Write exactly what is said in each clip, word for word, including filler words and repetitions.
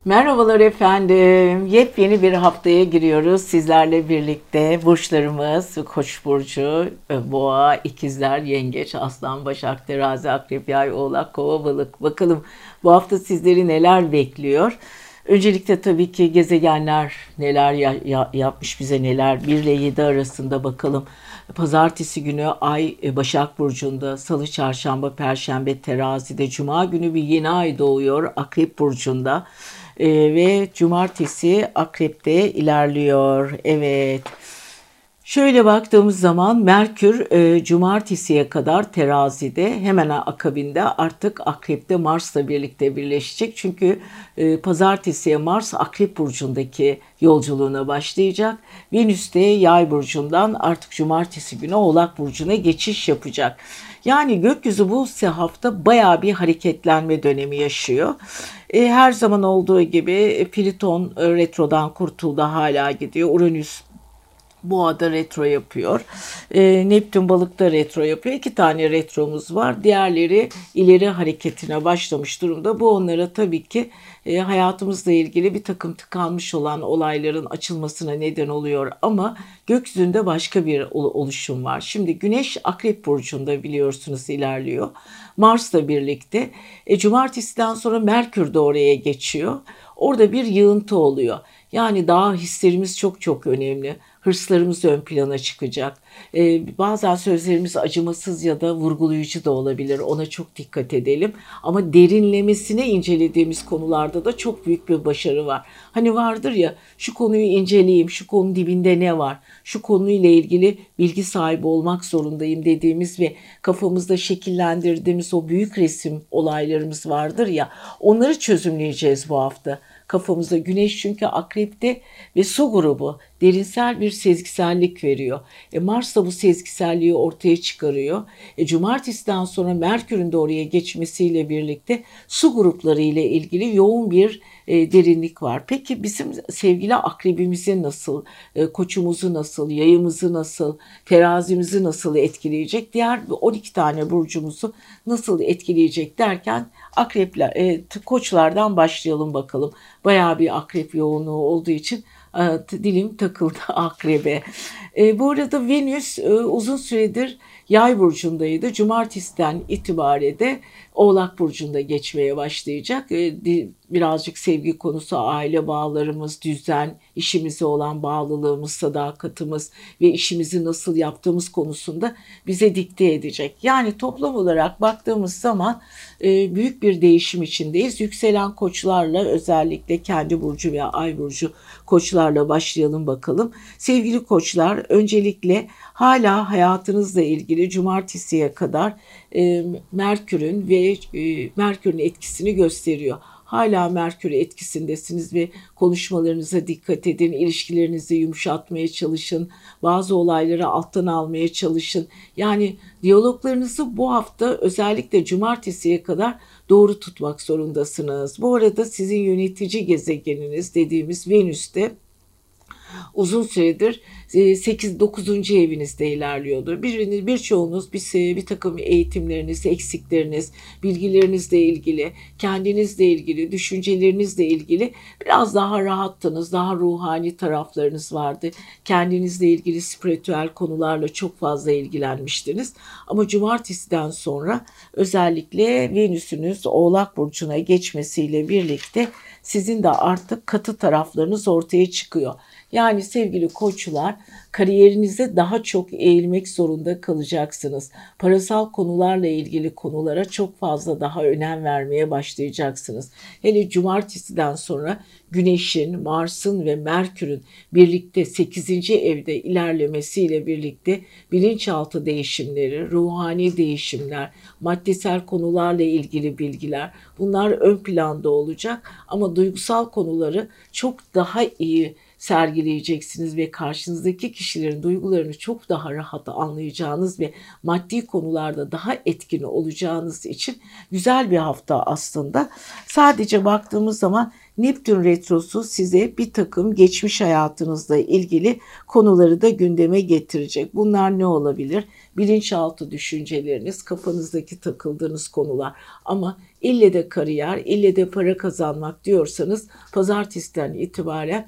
Merhabalar efendim. Yepyeni bir haftaya giriyoruz. Sizlerle birlikte burçlarımız Koç burcu, Boğa, İkizler, Yengeç, Aslan, Başak, Terazi, Akrep, Yay, Oğlak, Kova, Balık. Bakalım bu hafta sizleri neler bekliyor? Öncelikle tabii ki gezegenler neler ya- ya- yapmış bize neler. bir ile yedi arasında bakalım. Pazartesi günü Ay e, Başak Burcu'nda, Salı, Çarşamba, Perşembe Terazi'de, Cuma günü bir yeni ay doğuyor Akrep Burcu'nda. Ee, ve Cumartesi Akrep'te ilerliyor. Evet. Şöyle baktığımız zaman Merkür e, Cumartesiye kadar Terazi'de, hemen akabinde artık Akrep'te Mars'la birlikte birleşecek. Çünkü e, Pazartesiye Mars Akrep Burcu'ndaki yolculuğuna başlayacak. Venüs de Yay Burcu'ndan artık Cumartesi günü Oğlak Burcu'na geçiş yapacak. Yani gökyüzü bu hafta bayağı bir hareketlenme dönemi yaşıyor. E, her zaman olduğu gibi Plüton e, retrodan kurtuldu, hala gidiyor. Uranüs Boğa'da retro yapıyor. E, Neptün balıkta retro yapıyor. İki tane retromuz var. Diğerleri ileri hareketine başlamış durumda. Bu onlara tabii ki e, hayatımızla ilgili bir takım tıkanmış olan olayların açılmasına neden oluyor. Ama gökyüzünde başka bir oluşum var. Şimdi Güneş Akrep Burcu'nda biliyorsunuz ilerliyor. Mars'la birlikte. E, Cumartesiden sonra Merkür de oraya geçiyor. Orada bir yığıntı oluyor. Yani daha hislerimiz çok çok önemli. Hırslarımız ön plana çıkacak. Ee, bazen sözlerimiz acımasız ya da vurgulayıcı da olabilir. Ona çok dikkat edelim. Ama derinlemesine incelediğimiz konularda da çok büyük bir başarı var. Hani vardır ya, şu konuyu inceleyeyim, şu konunun dibinde ne var? Şu konuyla ilgili bilgi sahibi olmak zorundayım dediğimiz ve kafamızda şekillendirdiğimiz o büyük resim olaylarımız vardır ya, onları çözümleyeceğiz bu hafta. Kafamıza Güneş çünkü Akrep'te ve su grubu derinsel bir sezgisellik veriyor. E Mars da bu sezgiselliği ortaya çıkarıyor. E Cumartesiden sonra Merkür'ün de oraya geçmesiyle birlikte su grupları ile ilgili yoğun bir e, derinlik var. Peki bizim sevgili Akrebimizi nasıl, e, Koçumuzu nasıl, Yayımızı nasıl, Terazimizi nasıl etkileyecek? Diğer on iki tane burcumuzu nasıl etkileyecek derken Akrepler, e, Koçlardan başlayalım bakalım. Bayağı bir akrep yoğunluğu olduğu için e, dilim takıldı akrebe. E, bu arada Venüs e, uzun süredir Yay burcundaydı. Cumartesiden itibaren de Oğlak burcunda geçmeye başlayacak. E, birazcık sevgi konusu, aile bağlarımız, düzen, işimize olan bağlılığımız, sadakatimiz ve işimizi nasıl yaptığımız konusunda bize dikte edecek. Yani toplam olarak baktığımız zaman e, büyük bir değişim içindeyiz. Yükselen koçlarla, özellikle kendi burcu veya ay burcu koçlarla başlayalım bakalım. Sevgili koçlar, öncelikle hala hayatınızla ilgili cumartesiye kadar e, Merkür'ün ve e, Merkür'ün etkisini gösteriyor. Hala Merkür etkisindesiniz ve konuşmalarınıza dikkat edin, ilişkilerinizi yumuşatmaya çalışın, bazı olayları alttan almaya çalışın. Yani diyaloglarınızı bu hafta özellikle cumartesiye kadar doğru tutmak zorundasınız. Bu arada sizin yönetici gezegeniniz dediğimiz Venüs'te uzun süredir sekiz dokuzuncu evinizde ilerliyordu. Biriniz, birçoğunuz bir, bir takım eğitimleriniz, eksikleriniz, bilgilerinizle ilgili, kendinizle ilgili, düşüncelerinizle ilgili biraz daha rahattınız, daha ruhani taraflarınız vardı. Kendinizle ilgili spiritüel konularla çok fazla ilgilenmiştiniz. Ama cumartesiden sonra özellikle Venüs'ünüz Oğlak Burcu'na geçmesiyle birlikte sizin de artık katı taraflarınız ortaya çıkıyor. Yani sevgili koçlar, kariyerinize daha çok eğilmek zorunda kalacaksınız. Parasal konularla ilgili konulara çok fazla daha önem vermeye başlayacaksınız. Hele cumartesiden sonra Güneş'in, Mars'ın ve Merkür'ün birlikte sekizinci evde ilerlemesiyle birlikte bilinçaltı değişimleri, ruhani değişimler, maddesel konularla ilgili bilgiler, bunlar ön planda olacak ama duygusal konuları çok daha iyi sergileyeceksiniz ve karşınızdaki kişilerin duygularını çok daha rahat anlayacağınız ve maddi konularda daha etkin olacağınız için güzel bir hafta aslında. Sadece baktığımız zaman Neptün Retrosu size bir takım geçmiş hayatınızla ilgili konuları da gündeme getirecek. Bunlar ne olabilir? Bilinçaltı düşünceleriniz, kafanızdaki takıldığınız konular. Ama ille de kariyer, ille de para kazanmak diyorsanız pazartesiden itibaren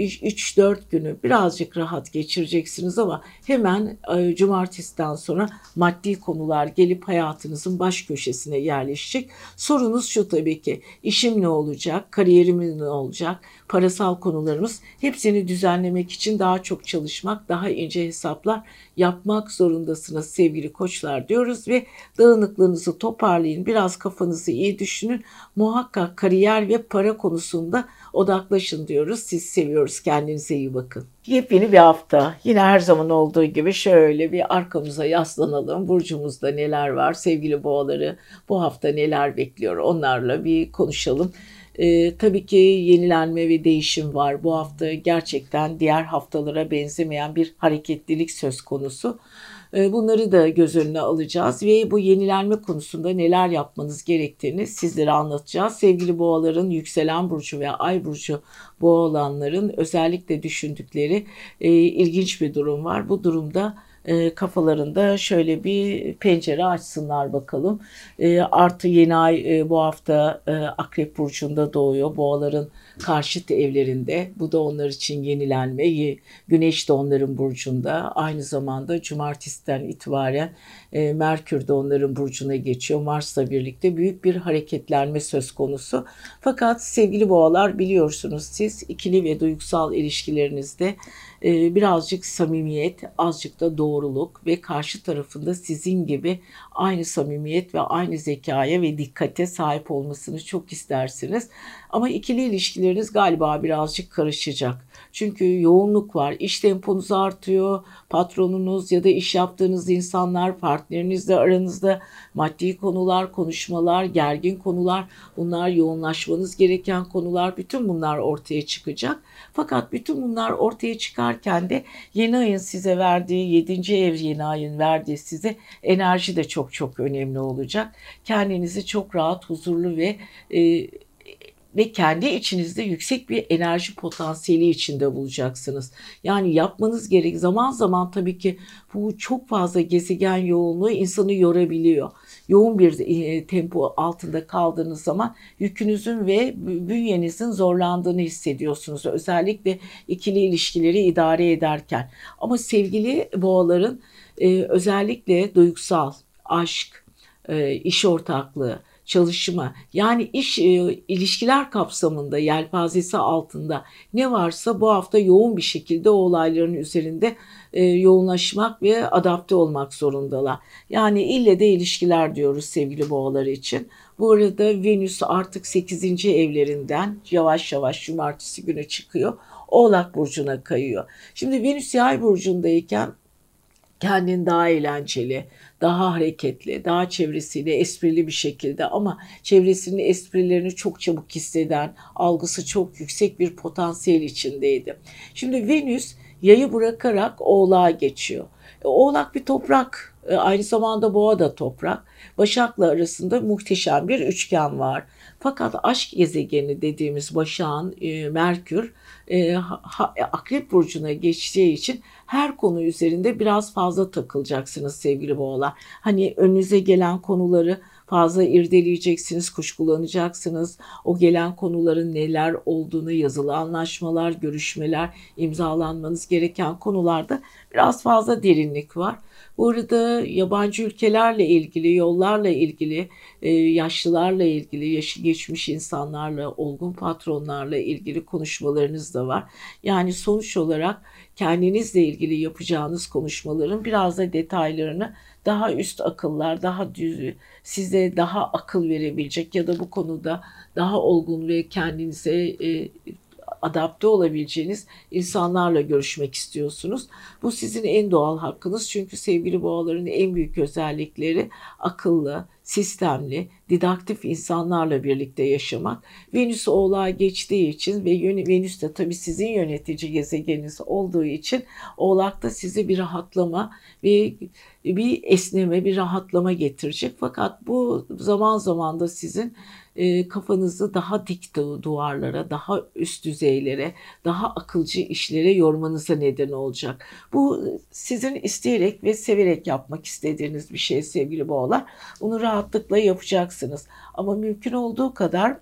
üç dört günü birazcık rahat geçireceksiniz ama hemen e, cumartesiden sonra maddi konular gelip hayatınızın baş köşesine yerleşecek. Sorunuz şu tabii ki, işim ne olacak, kariyerim ne olacak, parasal konularımız, hepsini düzenlemek için daha çok çalışmak, daha ince hesaplar yapmak zorundasınız sevgili koçlar diyoruz ve dağınıklığınızı toparlayın, biraz kafanızı iyi düşünün, muhakkak kariyer ve para konusunda odaklaşın diyoruz. Siz seviyoruz. Kendinize iyi bakın. Yepyeni bir hafta. Yine her zaman olduğu gibi şöyle bir arkamıza yaslanalım. Burcumuzda neler var? Sevgili boğaları bu hafta neler bekliyor? Onlarla bir konuşalım. Ee, tabii ki yenilenme ve değişim var. Bu hafta gerçekten diğer haftalara benzemeyen bir hareketlilik söz konusu. Bunları da göz önüne alacağız ve bu yenilenme konusunda neler yapmanız gerektiğini sizlere anlatacağız. Sevgili boğaların yükselen burcu ve ay burcu boğa olanların özellikle düşündükleri e, ilginç bir durum var. Bu durumda e, kafalarında şöyle bir pencere açsınlar bakalım. E, artı yeni ay e, bu hafta e, Akrep burcunda doğuyor. Boğaların karşıt evlerinde. Bu da onlar için yenilenme. Güneş de onların burcunda. Aynı zamanda cumartesiden itibaren e, Merkür de onların burcuna geçiyor. Mars'la birlikte büyük bir hareketlenme söz konusu. Fakat sevgili boğalar, biliyorsunuz siz ikili ve duygusal ilişkilerinizde e, birazcık samimiyet, azıcık da doğruluk ve karşı tarafında sizin gibi aynı samimiyet ve aynı zekaya ve dikkate sahip olmasını çok istersiniz. Ama ikili ilişkileriniz galiba birazcık karışacak. Çünkü yoğunluk var, iş temponuz artıyor, patronunuz ya da iş yaptığınız insanlar, partnerinizle aranızda maddi konular, konuşmalar, gergin konular, bunlar yoğunlaşmanız gereken konular, bütün bunlar ortaya çıkacak. Fakat bütün bunlar ortaya çıkarken de yeni ayın size verdiği, yedinci ev yeni ayın verdiği size enerji de çok çok önemli olacak. Kendinizi çok rahat, huzurlu ve e, ve kendi içinizde yüksek bir enerji potansiyeli içinde bulacaksınız. Yani yapmanız gerek. Zaman zaman tabii ki bu çok fazla gezegen yoğunluğu insanı yorabiliyor. Yoğun bir e, tempo altında kaldığınız zaman yükünüzün ve bünyenizin zorlandığını hissediyorsunuz. Özellikle ikili ilişkileri idare ederken. Ama sevgili boğaların e, özellikle duygusal, aşk, e, iş ortaklığı, çalışma, yani iş e, ilişkiler kapsamında, yelpazesi altında ne varsa bu hafta yoğun bir şekilde o olayların üzerinde e, yoğunlaşmak ve adapte olmak zorundalar. Yani ille de ilişkiler diyoruz sevgili boğaları için. Bu arada Venüs artık sekizinci evlerinden yavaş yavaş cumartesi günü çıkıyor. Oğlak burcuna kayıyor. Şimdi Venüs Yay burcundayken kendini daha eğlenceli, daha hareketli, daha çevresiyle esprili bir şekilde, ama çevresinin esprilerini çok çabuk hisseden, algısı çok yüksek bir potansiyel içindeydi. Şimdi Venüs yayı bırakarak Oğlak'a geçiyor. Oğlak bir toprak, aynı zamanda Boğa da toprak. Başak'la arasında muhteşem bir üçgen var. Fakat aşk gezegeni dediğimiz Başak'ın e, Merkür e, ha, Akrep burcuna geçeceği için her konu üzerinde biraz fazla takılacaksınız sevgili boğalar. Hani önünüze gelen konuları fazla irdeleyeceksiniz, kuşkulanacaksınız. O gelen konuların neler olduğunu, yazılı anlaşmalar, görüşmeler, imzalanmanız gereken konularda biraz fazla derinlik var. Bu arada yabancı ülkelerle ilgili, yollarla ilgili, yaşlılarla ilgili, yaşı geçmiş insanlarla, olgun patronlarla ilgili konuşmalarınız da var. Yani sonuç olarak kendinizle ilgili yapacağınız konuşmaların biraz da detaylarını daha üst akıllar, daha düz, size daha akıl verebilecek ya da bu konuda daha olgun ve kendinize e, adapte olabileceğiniz insanlarla görüşmek istiyorsunuz. Bu sizin en doğal hakkınız, çünkü sevgili boğaların en büyük özellikleri akıllı, sistemli, didaktif insanlarla birlikte yaşamak. Venüs Oğlak'a geçtiği için ve Venüs de tabii sizin yönetici gezegeniniz olduğu için Oğlak'ta sizi bir rahatlama ve bir esneme, bir rahatlama getirecek. Fakat bu zaman zaman da sizin e, kafanızı daha dik duvarlara, daha üst düzeylere, daha akılcı işlere yormanıza neden olacak. Bu sizin isteyerek ve severek yapmak istediğiniz bir şey sevgili boğalar. Bunu rahatlıkla yapacaksınız. Ama mümkün olduğu kadar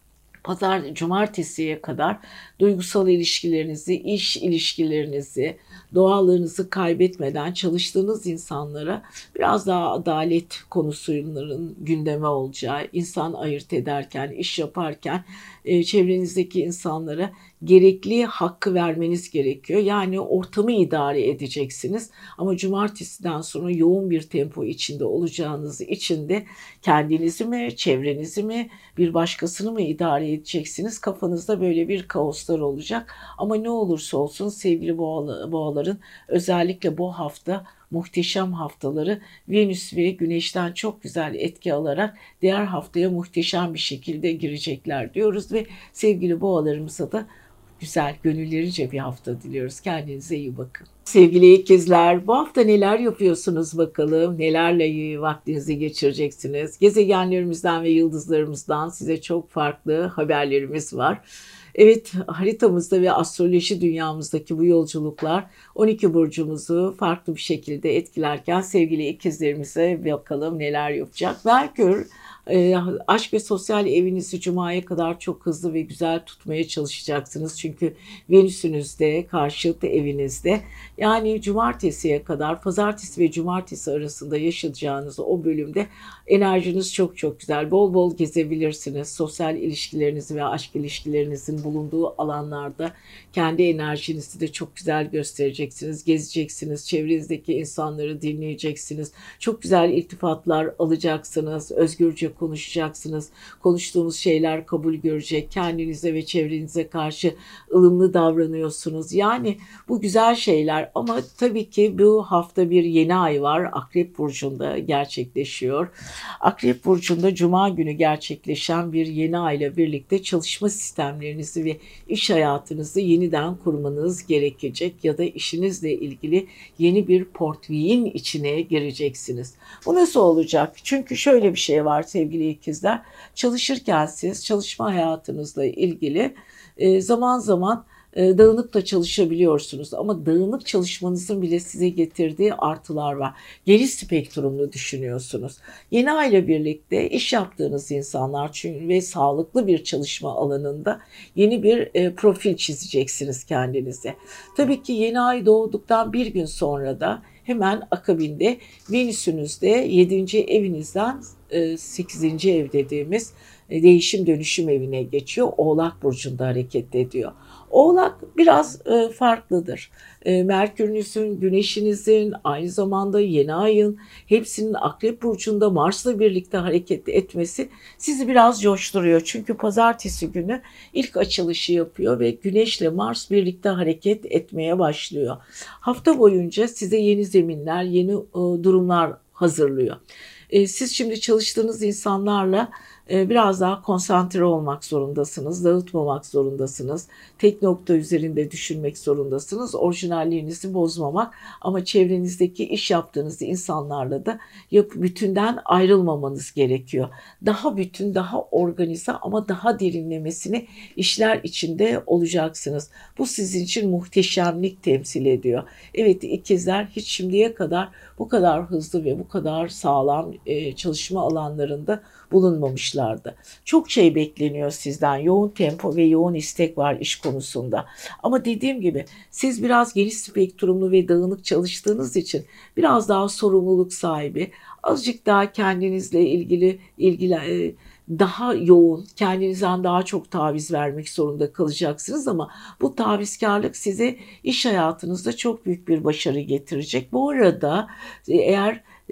Pazar, cumartesiye kadar duygusal ilişkilerinizi, iş ilişkilerinizi, doğallığınızı kaybetmeden çalıştığınız insanlara biraz daha adalet konusunun gündeme olacağı, insan ayırt ederken, iş yaparken e, çevrenizdeki insanlara gerekli hakkı vermeniz gerekiyor. Yani ortamı idare edeceksiniz. Ama cumartesiden sonra yoğun bir tempo içinde olacağınız için de kendinizi mi, çevrenizi mi, bir başkasını mı idare edeceksiniz? Kafanızda böyle bir kaoslar olacak. Ama ne olursa olsun sevgili boğaların özellikle bu hafta muhteşem haftaları Venüs ve Güneş'ten çok güzel etki alarak diğer haftaya muhteşem bir şekilde girecekler diyoruz ve sevgili boğalarımıza da güzel, gönüllerice bir hafta diliyoruz. Kendinize iyi bakın. Sevgili ikizler, bu hafta neler yapıyorsunuz bakalım? Nelerle vaktinizi geçireceksiniz? Gezegenlerimizden ve yıldızlarımızdan size çok farklı haberlerimiz var. Evet, haritamızda ve astroloji dünyamızdaki bu yolculuklar on iki burcumuzu farklı bir şekilde etkilerken sevgili ikizlerimize bakalım neler yapacak. Merkür, e, aşk ve sosyal evinizi Cuma'ya kadar çok hızlı ve güzel tutmaya çalışacaksınız. Çünkü Venüs'ünüz de karşıtı evinizde. Yani cumartesiye kadar, pazartesi ve cumartesi arasında yaşayacağınız o bölümde enerjiniz çok çok güzel. Bol bol gezebilirsiniz. Sosyal ilişkilerinizi ve aşk ilişkilerinizin bulunduğu alanlarda kendi enerjinizi de çok güzel göstereceksiniz. Gezeceksiniz. Çevrenizdeki insanları dinleyeceksiniz. Çok güzel iltifatlar alacaksınız. Özgürce konuşacaksınız. Konuştuğumuz şeyler kabul görecek. Kendinize ve çevrenize karşı ılımlı davranıyorsunuz. Yani bu güzel şeyler ama tabii ki bu hafta bir yeni ay var. Akrep Burcu'nda gerçekleşiyor. Akrep Burcu'nda Cuma günü gerçekleşen bir yeni ay ile birlikte çalışma sistemlerinizi ve iş hayatınızı yeniden kurmanız gerekecek ya da işinizle ilgili yeni bir portföyün içine gireceksiniz. Bu nasıl olacak? Çünkü şöyle bir şey var sevgili ikizler. Çalışırken siz çalışma hayatınızla ilgili zaman zaman dağınık da çalışabiliyorsunuz ama dağınık çalışmanızın bile size getirdiği artılar var. Geniş spektrumlu düşünüyorsunuz. Yeni ay ile birlikte iş yaptığınız insanlar çünkü ve sağlıklı bir çalışma alanında yeni bir e, profil çizeceksiniz kendinize. Tabii ki yeni ay doğduktan bir gün sonra da hemen akabinde Venüs'ünüz de yedinci evinizden e, sekizinci ev dediğimiz e, değişim dönüşüm evine geçiyor. Oğlak Burcu'nda hareket ediyor. Oğlak biraz e, farklıdır. E, Merkür'ünüzün, Güneş'inizin, aynı zamanda yeni ayın hepsinin Akrep Burcu'nda Mars'la birlikte hareket etmesi sizi biraz coşturuyor. Çünkü pazartesi günü ilk açılışı yapıyor ve Güneş'le Mars birlikte hareket etmeye başlıyor. Hafta boyunca size yeni zeminler, yeni e, durumlar hazırlıyor. E, siz şimdi çalıştığınız insanlarla biraz daha konsantre olmak zorundasınız, dağıtmamak zorundasınız, tek nokta üzerinde düşünmek zorundasınız, orijinalliğinizi bozmamak ama çevrenizdeki iş yaptığınız insanlarla da bütünden ayrılmamanız gerekiyor. Daha bütün, daha organize ama daha derinlemesine işler içinde olacaksınız. Bu sizin için muhteşemlik temsil ediyor. Evet ikizler hiç şimdiye kadar bu kadar hızlı ve bu kadar sağlam çalışma alanlarında bulunmamışlardı. Çok şey bekleniyor sizden. Yoğun tempo ve yoğun istek var iş konusunda. Ama dediğim gibi siz biraz geniş spektrumlu ve dağınık çalıştığınız için biraz daha sorumluluk sahibi, azıcık daha kendinizle ilgili ilgili daha yoğun, kendinizden daha çok taviz vermek zorunda kalacaksınız ama bu tavizkarlık size iş hayatınızda çok büyük bir başarı getirecek. Bu arada eğer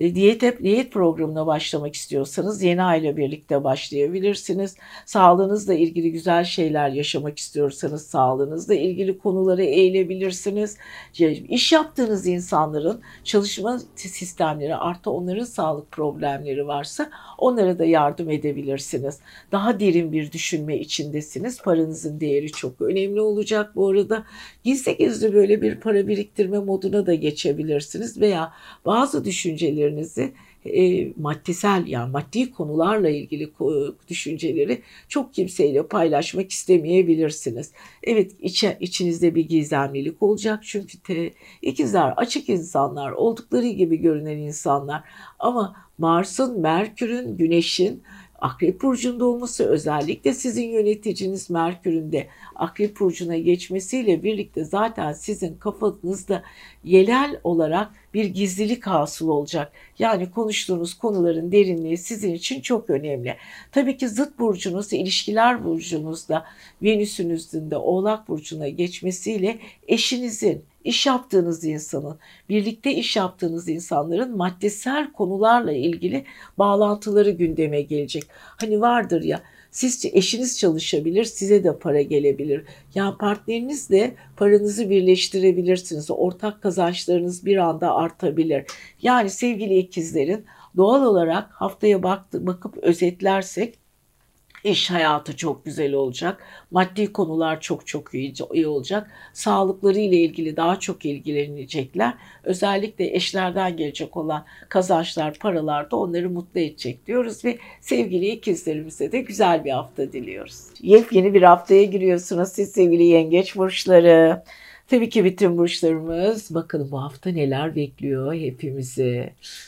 E, diyet, diyet programına başlamak istiyorsanız yeni ay ile birlikte başlayabilirsiniz. Sağlığınızla ilgili güzel şeyler yaşamak istiyorsanız sağlığınızla ilgili konuları eğilebilirsiniz. İş yaptığınız insanların çalışma sistemleri artı onların sağlık problemleri varsa onlara da yardım edebilirsiniz. Daha derin bir düşünme içindesiniz. Paranızın değeri çok önemli olacak bu arada. Gizli gizli böyle bir para biriktirme moduna da geçebilirsiniz veya bazı düşüncelerinizi e, maddesel yani maddi konularla ilgili düşünceleri çok kimseyle paylaşmak istemeyebilirsiniz. Evet içe, içinizde bir gizemlilik olacak çünkü te, ikizler açık insanlar oldukları gibi görünen insanlar ama Mars'ın, Merkür'ün, Güneş'in Akrep Burcu'nda olması özellikle sizin yöneticiniz Merkür'ün de Akrep Burcu'na geçmesiyle birlikte zaten sizin kafanızda yerel olarak bir gizlilik hasıl olacak. Yani konuştuğunuz konuların derinliği sizin için çok önemli. Tabii ki zıt burcunuz, ilişkiler burcunuzda Venüs'ünüzün de Oğlak Burcu'na geçmesiyle eşinizin, İş yaptığınız insanın, birlikte iş yaptığınız insanların maddesel konularla ilgili bağlantıları gündeme gelecek. Hani vardır ya, siz eşiniz çalışabilir, size de para gelebilir. Yani partnerinizle paranızı birleştirebilirsiniz. Ortak kazançlarınız bir anda artabilir. Yani sevgili ikizlerin doğal olarak haftaya baktı, bakıp özetlersek İş hayatı çok güzel olacak. Maddi konular çok çok iyi, iyi olacak. Sağlıkları ile ilgili daha çok ilgilenecekler. Özellikle eşlerden gelecek olan kazançlar, paralar da onları mutlu edecek diyoruz ve sevgili ikizlerimize de güzel bir hafta diliyoruz. Yepyeni bir haftaya giriyorsunuz siz sevgili yengeç burçları. Tabii ki bütün burçlarımız. Bakalım bu hafta neler bekliyor hepimizi.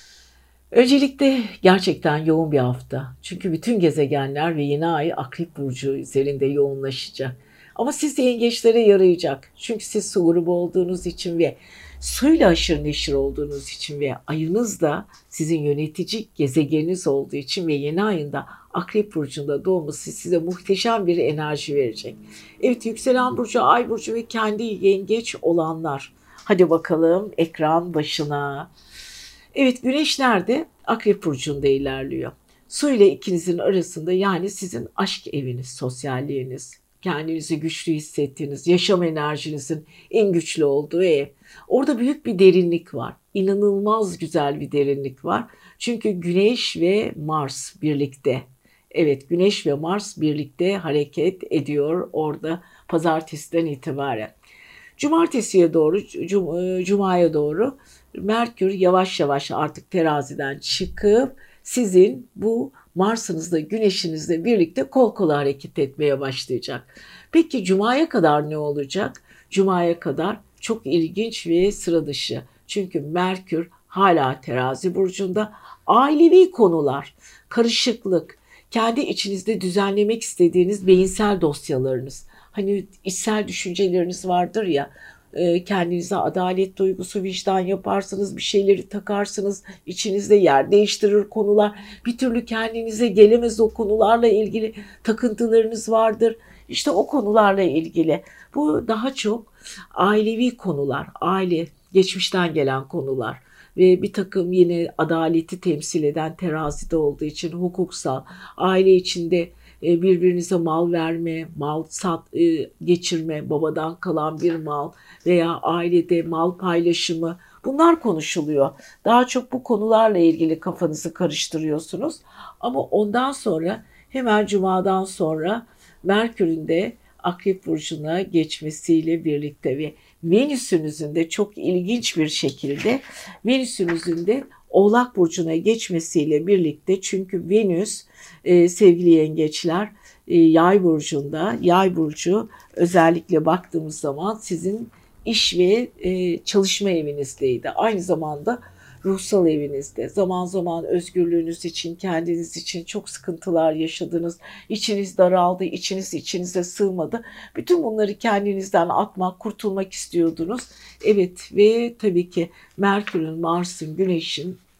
Öncelikle gerçekten yoğun bir hafta. Çünkü bütün gezegenler ve yeni ay Akrep Burcu üzerinde yoğunlaşacak. Ama siz de yengeçlere yarayacak. Çünkü siz su grubu olduğunuz için ve suyla aşırı neşir olduğunuz için ve ayınız da sizin yönetici gezegeniniz olduğu için ve yeni ayında Akrep Burcu'nda doğması size muhteşem bir enerji verecek. Evet, yükselen burcu, ay burcu ve kendi yengeç olanlar. Hadi bakalım ekran başına. Evet, Güneş nerede? Akrep Burcu'nda ilerliyor. Su ile ikinizin arasında yani sizin aşk eviniz, sosyalliğiniz, kendinizi güçlü hissettiğiniz, yaşam enerjinizin en güçlü olduğu ev. Orada büyük bir derinlik var. İnanılmaz güzel bir derinlik var. Çünkü Güneş ve Mars birlikte. Evet, Güneş ve Mars birlikte hareket ediyor orada pazartesiden itibaren. Cumartesiye doğru, cum- Cuma'ya doğru Merkür yavaş yavaş artık teraziden çıkıp sizin bu Mars'ınızla Güneş'inizle birlikte kol kola hareket etmeye başlayacak. Peki Cuma'ya kadar ne olacak? Cuma'ya kadar çok ilginç ve sıra dışı. Çünkü Merkür hala terazi burcunda. Ailevi konular, karışıklık, kendi içinizde düzenlemek istediğiniz beyinsel dosyalarınız, hani içsel düşünceleriniz vardır ya, kendinize adalet duygusu, vicdan yaparsınız, bir şeyleri takarsınız, içinizde yer değiştirir konular, bir türlü kendinize gelemez o konularla ilgili takıntılarınız vardır. İşte o konularla ilgili. Bu daha çok ailevi konular, aile, geçmişten gelen konular ve bir takım yine adaleti temsil eden terazide olduğu için hukuksal, aile içinde birbirinize mal verme, mal sat, geçirme, babadan kalan bir mal veya ailede mal paylaşımı, bunlar konuşuluyor. Daha çok bu konularla ilgili kafanızı karıştırıyorsunuz. Ama ondan sonra hemen Cuma'dan sonra Merkür'ün de Akrep Burcu'na geçmesiyle birlikte ve Venüs'ünüzün de çok ilginç bir şekilde Venüs'ünüzün de Oğlak Burcu'na geçmesiyle birlikte, çünkü Venüs e, sevgili yengeçler e, Yay Burcu'nda, Yay Burcu özellikle baktığımız zaman sizin iş ve e, çalışma evinizdeydi. Aynı zamanda ruhsal evinizde. Zaman zaman özgürlüğünüz için, kendiniz için çok sıkıntılar yaşadınız. İçiniz daraldı, içiniz içinize sığmadı. Bütün bunları kendinizden atmak, kurtulmak istiyordunuz. Evet ve tabii ki Merkür'ün, Mars'ın, Güneş'in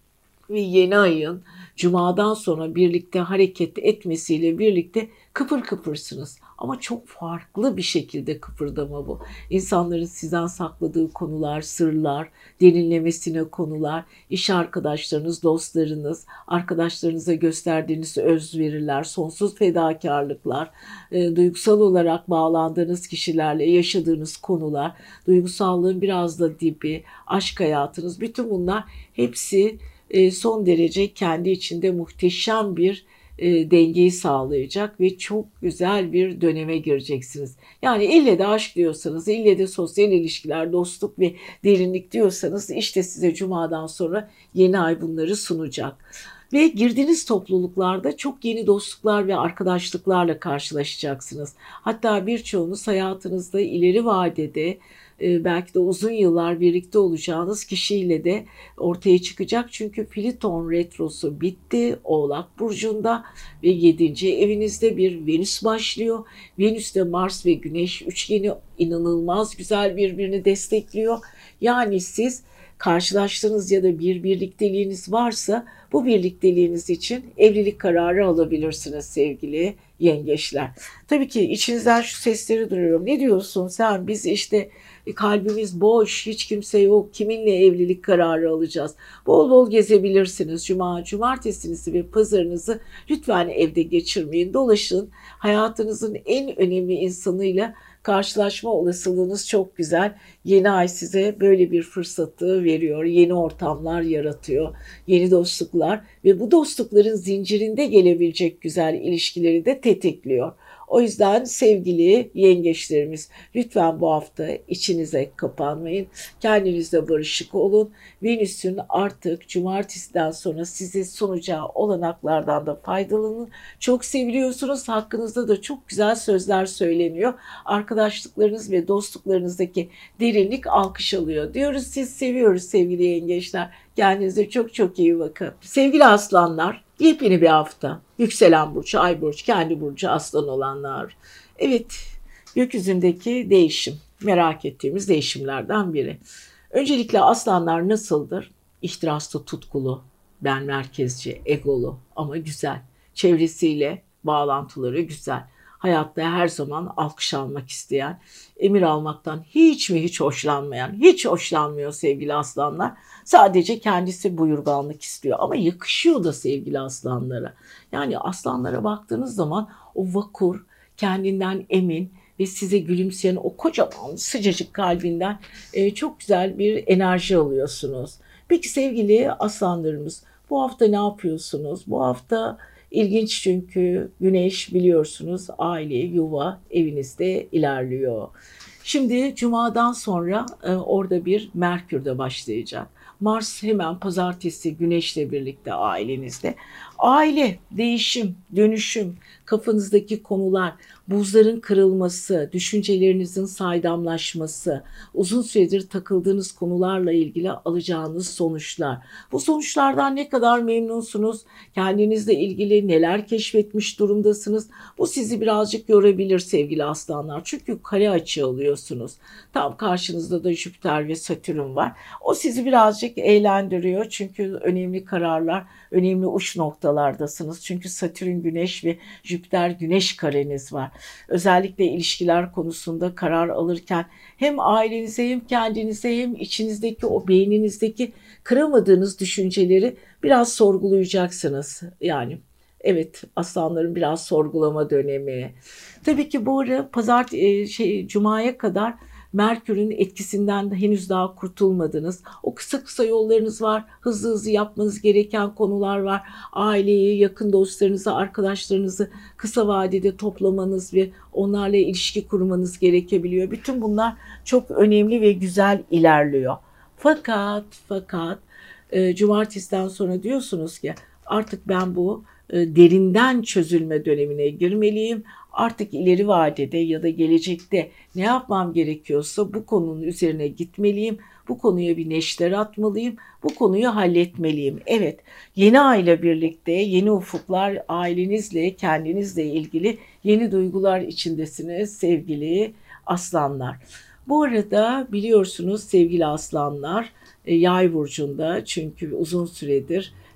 ve yeni ayın Cuma'dan sonra birlikte hareket etmesiyle birlikte kıpır kıpırsınız. Ama çok farklı bir şekilde kıpırdama bu. İnsanların sizden sakladığı konular, sırlar, derinlemesine konular, iş arkadaşlarınız, dostlarınız, arkadaşlarınıza gösterdiğiniz özveriler, sonsuz fedakarlıklar, e, duygusal olarak bağlandığınız kişilerle yaşadığınız konular, duygusallığın biraz da dibi, aşk hayatınız, bütün bunlar hepsi e, son derece kendi içinde muhteşem bir e, dengeyi sağlayacak ve çok güzel bir döneme gireceksiniz. Yani ille de aşk diyorsanız, ille de sosyal ilişkiler, dostluk ve derinlik diyorsanız işte size Cuma'dan sonra yeni ay bunları sunacak. Ve girdiğiniz topluluklarda çok yeni dostluklar ve arkadaşlıklarla karşılaşacaksınız. Hatta birçoğunuz hayatınızda ileri vadede belki de uzun yıllar birlikte olacağınız kişiyle de ortaya çıkacak. Çünkü Plüton retrosu bitti Oğlak Burcu'nda ve yedinci evinizde bir Venüs başlıyor. Venüs'te Mars ve Güneş üçgeni inanılmaz güzel birbirini destekliyor. Yani siz karşılaştığınız ya da bir birlikteliğiniz varsa bu birlikteliğiniz için evlilik kararı alabilirsiniz sevgili yengeçler. Tabii ki içinizden şu sesleri duyuyorum. Ne diyorsun sen? Biz işte kalbimiz boş, hiç kimse yok. Kiminle evlilik kararı alacağız? Bol bol gezebilirsiniz. Cuma, cumartesinizi ve pazarınızı lütfen evde geçirmeyin. Dolaşın. Hayatınızın en önemli insanıyla karşılaşma olasılığınız çok güzel. Yeni ay size böyle bir fırsatı veriyor. Yeni ortamlar yaratıyor. Yeni dostluklar ve bu dostlukların zincirinde gelebilecek güzel ilişkileri de tetikliyor. O yüzden sevgili yengeçlerimiz lütfen bu hafta içinize kapanmayın. Kendinizle barışık olun. Venüs'ün artık cumartesiden sonra size sunacağı olanaklardan da faydalanın. Çok seviliyorsunuz. Hakkınızda da çok güzel sözler söyleniyor. Arkadaşlıklarınız ve dostluklarınızdaki derinlik alkış alıyor diyoruz. Siz seviyoruz sevgili yengeçler. Kendinize çok çok iyi bakın. Sevgili aslanlar, yepyeni bir hafta. Yükselen burcu, ay burcu, kendi burcu aslan olanlar. Evet, gökyüzündeki değişim, merak ettiğimiz değişimlerden biri. Öncelikle aslanlar nasıldır? İhtiraslı, tutkulu, ben merkezci, egolu ama güzel. Çevresiyle bağlantıları güzel. Hayatta her zaman alkış almak isteyen, emir almaktan hiç mi hiç hoşlanmayan, hiç hoşlanmıyor sevgili aslanlar. Sadece kendisi buyurganlık istiyor ama yakışıyor da sevgili aslanlara. Yani aslanlara baktığınız zaman o vakur, kendinden emin ve size gülümseyen o kocaman sıcacık kalbinden çok güzel bir enerji alıyorsunuz. Peki sevgili aslanlarımız, bu hafta ne yapıyorsunuz? Bu hafta İlginç çünkü Güneş biliyorsunuz aile, yuva evinizde ilerliyor. Şimdi Cuma'dan sonra e, orada bir Merkür de başlayacak. Mars hemen pazartesi Güneş'le birlikte ailenizde. Aile, değişim, dönüşüm, kafanızdaki konular, buzların kırılması, düşüncelerinizin saydamlaşması, uzun süredir takıldığınız konularla ilgili alacağınız sonuçlar. Bu sonuçlardan ne kadar memnunsunuz? Kendinizle ilgili neler keşfetmiş durumdasınız? Bu sizi birazcık yorabilir sevgili aslanlar. Çünkü kare açı alıyorsunuz. Tam karşınızda da Jüpiter ve Satürn var. O sizi birazcık eğlendiriyor. Çünkü önemli kararlar, önemli uç noktalardasınız. Çünkü Satürn, Güneş ve Jüpiter Güneş kareniz var. Özellikle ilişkiler konusunda karar alırken hem ailenize hem kendinize hem içinizdeki o beyninizdeki kıramadığınız düşünceleri biraz sorgulayacaksınız. Yani evet, aslanların biraz sorgulama dönemi. Tabii ki bu ara pazar şey Cuma'ya kadar Merkür'ün etkisinden de henüz daha kurtulmadınız. O kısa kısa yollarınız var. Hızlı hızlı yapmanız gereken konular var. Aileyi, yakın dostlarınızı, arkadaşlarınızı kısa vadede toplamanız ve onlarla ilişki kurmanız gerekebiliyor. Bütün bunlar çok önemli ve güzel ilerliyor. Fakat fakat e, cumartesiden sonra diyorsunuz ki artık ben bu e, derinden çözülme dönemine girmeliyim. Artık ileri vadede ya da gelecekte ne yapmam gerekiyorsa bu konunun üzerine gitmeliyim. Bu konuya bir neşter atmalıyım. Bu konuyu halletmeliyim. Evet, yeni ayla birlikte yeni ufuklar, ailenizle, kendinizle ilgili yeni duygular içindesiniz sevgili aslanlar. Bu arada biliyorsunuz sevgili aslanlar, Yay burcunda, çünkü uzun süredir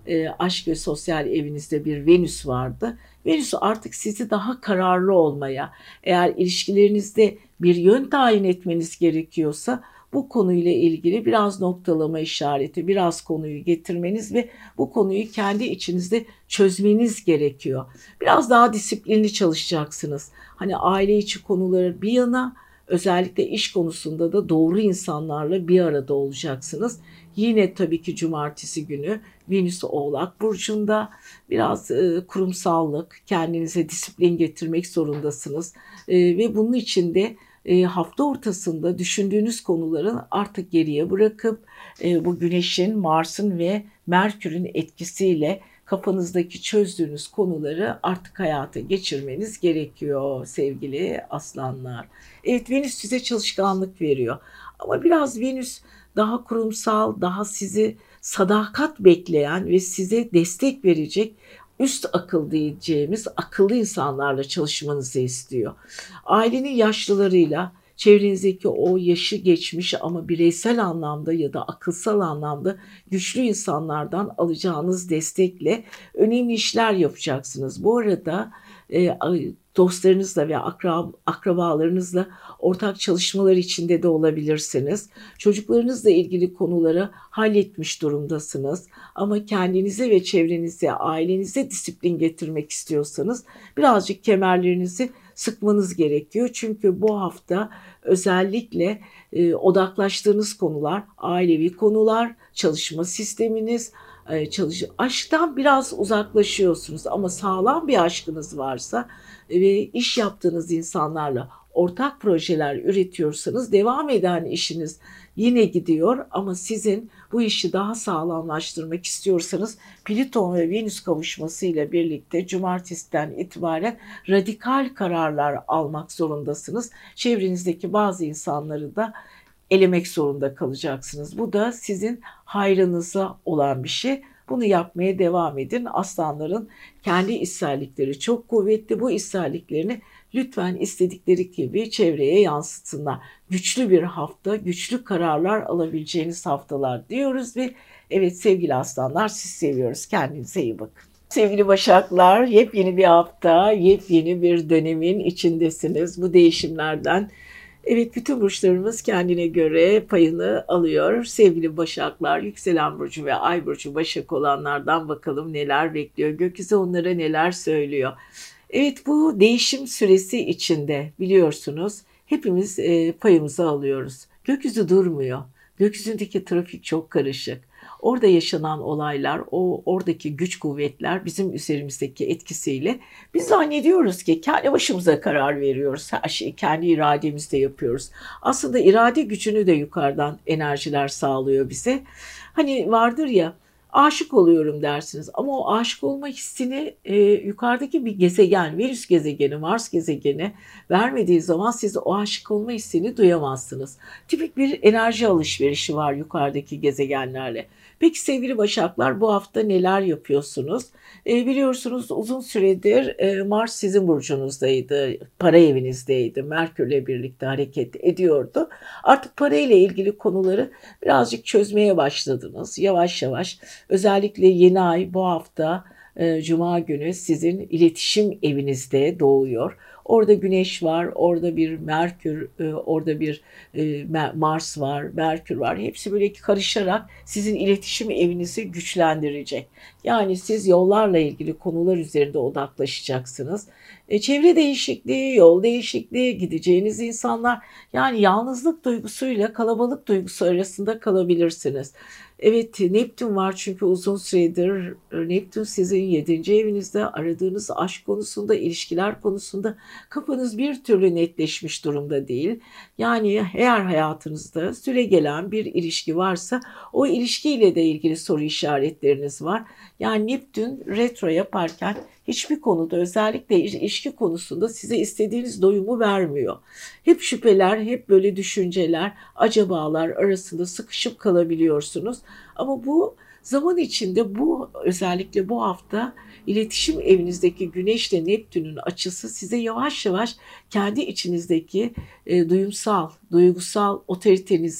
e, aşk ve sosyal evinizde bir Venüs vardı. Venüs artık sizi daha kararlı olmaya, eğer ilişkilerinizde bir yön tayin etmeniz gerekiyorsa bu konuyla ilgili biraz noktalama işareti, biraz konuyu getirmeniz ve bu konuyu kendi içinizde çözmeniz gerekiyor. Biraz daha disiplinli çalışacaksınız. Hani aile içi konuları bir yana, özellikle iş konusunda da doğru insanlarla bir arada olacaksınız. Yine tabii ki cumartesi günü Venüs Oğlak Burcu'nda biraz e, kurumsallık, kendinize disiplin getirmek zorundasınız. E, ve bunun için de e, hafta ortasında düşündüğünüz konuların artık geriye bırakıp e, bu Güneş'in, Mars'ın ve Merkür'ün etkisiyle kafanızdaki çözdüğünüz konuları artık hayata geçirmeniz gerekiyor sevgili aslanlar. Evet, Venüs size çalışkanlık veriyor. Ama biraz Venüs daha kurumsal, daha sizi sadakat bekleyen ve size destek verecek üst akıl diyeceğimiz akıllı insanlarla çalışmanızı istiyor. Ailenin yaşlılarıyla, çevrenizdeki o yaşı geçmiş ama bireysel anlamda ya da akılsal anlamda güçlü insanlardan alacağınız destekle önemli işler yapacaksınız. Bu arada e, dostlarınızla ve akrab akrabalarınızla ortak çalışmalar içinde de olabilirsiniz. Çocuklarınızla ilgili konuları halletmiş durumdasınız. Ama kendinize ve çevrenize, ailenize disiplin getirmek istiyorsanız birazcık kemerlerinizi sıkmanız gerekiyor. Çünkü bu hafta özellikle e, odaklaştığınız konular, ailevi konular, çalışma sisteminiz, e, çalış aşktan biraz uzaklaşıyorsunuz. Ama sağlam bir aşkınız varsa ve iş yaptığınız insanlarla ortak projeler üretiyorsanız devam eden işiniz yine gidiyor, ama sizin bu işi daha sağlamlaştırmak istiyorsanız Plüton ve Venüs kavuşmasıyla birlikte cumartesiden itibaren radikal kararlar almak zorundasınız. Çevrenizdeki bazı insanları da elemek zorunda kalacaksınız. Bu da sizin hayrınıza olan bir şey. Bunu yapmaya devam edin. Aslanların kendi içsellikleri çok kuvvetli. Bu içselliklerini lütfen istedikleri gibi çevreye yansıtsınlar. Güçlü bir hafta, güçlü kararlar alabileceğiniz haftalar diyoruz ve evet sevgili aslanlar, siz seviyoruz. Kendinize iyi bakın. Sevgili Başaklar, yepyeni bir hafta, yepyeni bir dönemin içindesiniz. Bu değişimlerden evet, bütün burçlarımız kendine göre payını alıyor. Sevgili Başaklar, yükselen burcu ve ay burcu Başak olanlardan bakalım neler bekliyor. Gökyüzü onlara neler söylüyor. Evet, bu değişim süresi içinde biliyorsunuz hepimiz e, payımızı alıyoruz. Gökyüzü durmuyor. Gökyüzündeki trafik çok karışık. Orada yaşanan olaylar, o oradaki güç kuvvetler bizim üzerimizdeki etkisiyle biz zannediyoruz ki kendi başımıza karar veriyoruz. Her şeyi kendi irademizle yapıyoruz. Aslında irade gücünü de yukarıdan enerjiler sağlıyor bize. Hani vardır ya, aşık oluyorum dersiniz ama o aşık olma hissini e, yukarıdaki bir gezegen, Venüs gezegeni, Mars gezegeni vermediği zaman siz o aşık olma hissini duyamazsınız. Tipik bir enerji alışverişi var yukarıdaki gezegenlerle. Peki sevgili Başaklar, bu hafta neler yapıyorsunuz? E, biliyorsunuz uzun süredir e, Mars sizin burcunuzdaydı, para evinizdeydi, Merkürle birlikte hareket ediyordu. Artık parayla ilgili konuları birazcık çözmeye başladınız yavaş yavaş. Özellikle yeni ay bu hafta e, Cuma günü sizin iletişim evinizde doğuyor. Orada Güneş var, orada bir Merkür, e, orada bir e, Mars var, Merkür var. Hepsi böyle karışarak sizin iletişim evinizi güçlendirecek. Yani siz yollarla ilgili konular üzerinde odaklaşacaksınız. E, çevre değişikliği, yol değişikliği, gideceğiniz insanlar, yani yalnızlık duygusuyla kalabalık duygusu arasında kalabilirsiniz. Evet, Neptün var çünkü uzun süredir Neptün sizin yedinci evinizde, aradığınız aşk konusunda, ilişkiler konusunda kafanız bir türlü netleşmiş durumda değil. Yani eğer hayatınızda süregelen bir ilişki varsa o ilişkiyle de ilgili soru işaretleriniz var. Yani Neptün retro yaparken hiçbir konuda, özellikle ilişki konusunda size istediğiniz doyumu vermiyor. Hep şüpheler, hep böyle düşünceler, acabalar arasında sıkışıp kalabiliyorsunuz. Ama bu zaman içinde, bu özellikle bu hafta iletişim evinizdeki Güneşle Neptün'ün açısı size yavaş yavaş kendi içinizdeki e, duyumsal, duygusal otoritenizi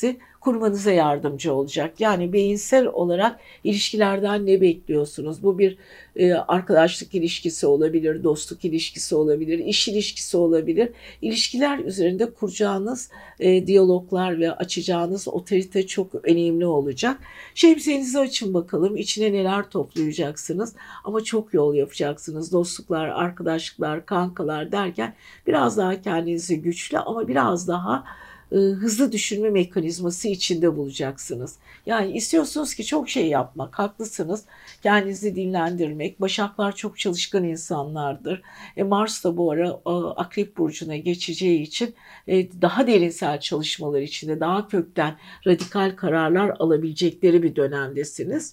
kurmanıza yardımcı olacak. Yani beyinsel olarak ilişkilerden ne bekliyorsunuz? Bu bir e, arkadaşlık ilişkisi olabilir, dostluk ilişkisi olabilir, iş ilişkisi olabilir. İlişkiler üzerinde kuracağınız e, diyaloglar ve açacağınız otorite çok önemli olacak. Şemsiyenizi açın bakalım, içine neler toplayacaksınız, ama çok yol yapacaksınız. Dostluklar, arkadaşlıklar, kankalar derken biraz daha kendinizi güçlü ama biraz daha e, hızlı düşünme mekanizması içinde bulacaksınız. Yani istiyorsunuz ki çok şey yapmak, haklısınız. Kendinizi dinlendirmek. Başaklar çok çalışkan insanlardır. E, Mars da bu ara e, Akrep Burcu'na geçeceği için e, daha derinsel çalışmalar içinde, daha kökten radikal kararlar alabilecekleri bir dönemdesiniz.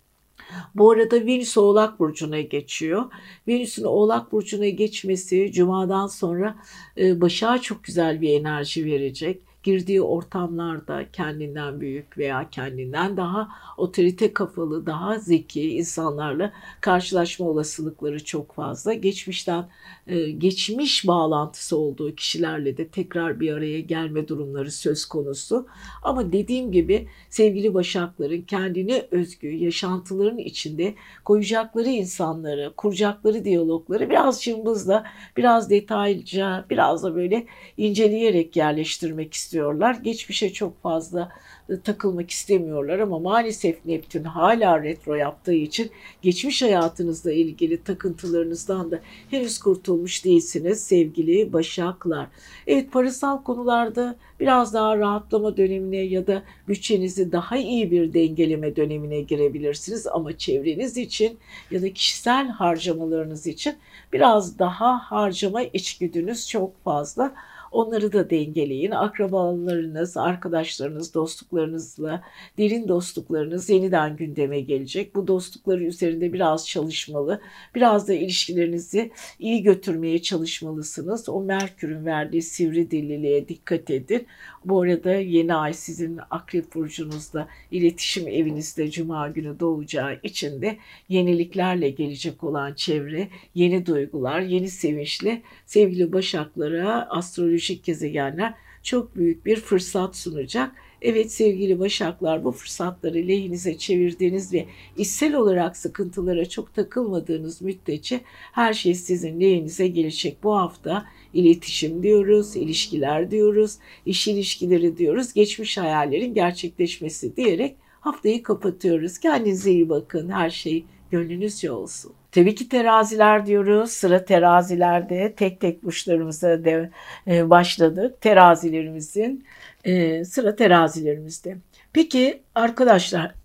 Bu arada Venüs Oğlak Burcu'na geçiyor. Venüs'ün Oğlak Burcu'na geçmesi Cuma'dan sonra e, Başak'a çok güzel bir enerji verecek. Girdiği ortamlarda kendinden büyük veya kendinden daha otorite kafalı, daha zeki insanlarla karşılaşma olasılıkları çok fazla. Geçmişten, e, geçmiş bağlantısı olduğu kişilerle de tekrar bir araya gelme durumları söz konusu. Ama dediğim gibi sevgili Başakların kendine özgü yaşantıların içinde koyacakları insanları, kuracakları diyalogları biraz cımbızla, biraz detaylıca, biraz da böyle inceleyerek yerleştirmek istiyorlar. Geçmişe çok fazla takılmak istemiyorlar ama maalesef Neptün hala retro yaptığı için geçmiş hayatınızla ilgili takıntılarınızdan da henüz kurtulmuş değilsiniz sevgili Başaklar. Evet, parasal konularda biraz daha rahatlama dönemine ya da bütçenizi daha iyi bir dengeleme dönemine girebilirsiniz ama çevreniz için ya da kişisel harcamalarınız için biraz daha harcama içgüdünüz çok fazla. Onları da dengeleyin. Akrabalarınız, arkadaşlarınız, dostluklarınızla, derin dostluklarınız yeniden gündeme gelecek. Bu dostlukları üzerinde biraz çalışmalı, biraz da ilişkilerinizi iyi götürmeye çalışmalısınız. O Merkür'ün verdiği sivri dilliliğe dikkat edin. Bu arada yeni ay sizin Akrep Burcunuzda, iletişim evinizde Cuma günü doğacağı için de yeniliklerle gelecek olan çevre, yeni duygular, yeni sevinçle sevgili Başaklara astrolojik gezegenler çok büyük bir fırsat sunacak. Evet sevgili Başaklar, bu fırsatları lehinize çevirdiğiniz ve içsel olarak sıkıntılara çok takılmadığınız müddetçe her şey sizin lehinize gelecek. Bu hafta iletişim diyoruz, ilişkiler diyoruz, iş ilişkileri diyoruz, geçmiş hayallerin gerçekleşmesi diyerek haftayı kapatıyoruz. Kendinize iyi bakın, her şey gönlünüzce olsun. Tabii ki teraziler diyoruz. Sıra terazilerde. Tek tek burçlarımıza de, e, başladık. Terazilerimizin e, sıra terazilerimizde. Peki arkadaşlar,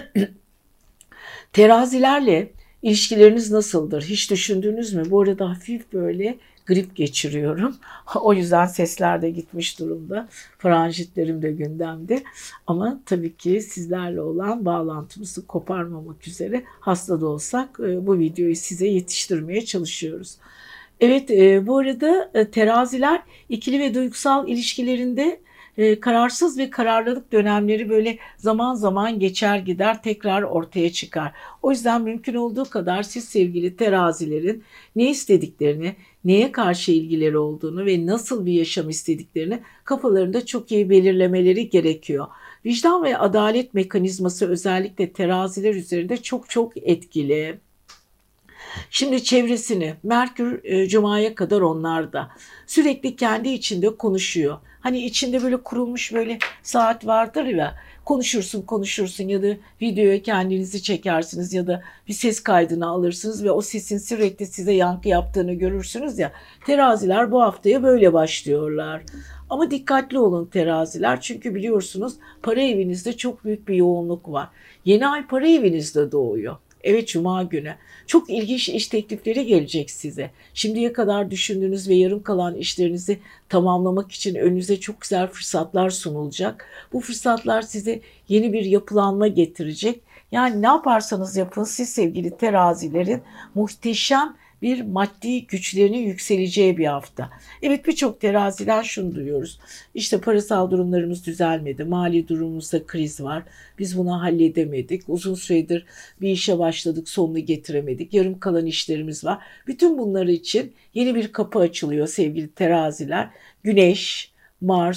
terazilerle ilişkileriniz nasıldır? Hiç düşündünüz mü? Bu arada hafif böyle grip geçiriyorum. O yüzden sesler de gitmiş durumda. Faranjitlerim de gündemde. Ama tabii ki sizlerle olan bağlantımızı koparmamak üzere hasta da olsak bu videoyu size yetiştirmeye çalışıyoruz. Evet, bu arada teraziler ikili ve duygusal ilişkilerinde e, kararsız ve kararlılık dönemleri böyle zaman zaman geçer gider, tekrar ortaya çıkar. O yüzden mümkün olduğu kadar siz sevgili terazilerin ne istediklerini, neye karşı ilgileri olduğunu ve nasıl bir yaşam istediklerini kafalarında çok iyi belirlemeleri gerekiyor. Vicdan ve adalet mekanizması özellikle teraziler üzerinde çok çok etkili. Şimdi çevresini, Merkür e, Cuma'ya kadar onlarda. Sürekli kendi içinde konuşuyor. Hani içinde böyle kurulmuş böyle saat vardır ya, konuşursun konuşursun ya da videoya kendinizi çekersiniz ya da bir ses kaydını alırsınız ve o sesin sürekli size yankı yaptığını görürsünüz ya. Teraziler bu haftaya böyle başlıyorlar. Ama dikkatli olun teraziler, çünkü biliyorsunuz para evinizde çok büyük bir yoğunluk var. Yeni ay para evinizde doğuyor. Evet, Cuma günü. Çok ilginç iş teklifleri gelecek size. Şimdiye kadar düşündüğünüz ve yarım kalan işlerinizi tamamlamak için önünüze çok güzel fırsatlar sunulacak. Bu fırsatlar size yeni bir yapılanma getirecek. Yani ne yaparsanız yapın, siz sevgili terazilerin muhteşem bir maddi güçlerinin yükseleceği bir hafta. Evet, birçok teraziden şunu duyuyoruz. İşte parasal durumlarımız düzelmedi. Mali durumumuzda kriz var. Biz bunu halledemedik. Uzun süredir bir işe başladık, sonunu getiremedik. Yarım kalan işlerimiz var. Bütün bunlar için yeni bir kapı açılıyor sevgili teraziler. Güneş, Mars,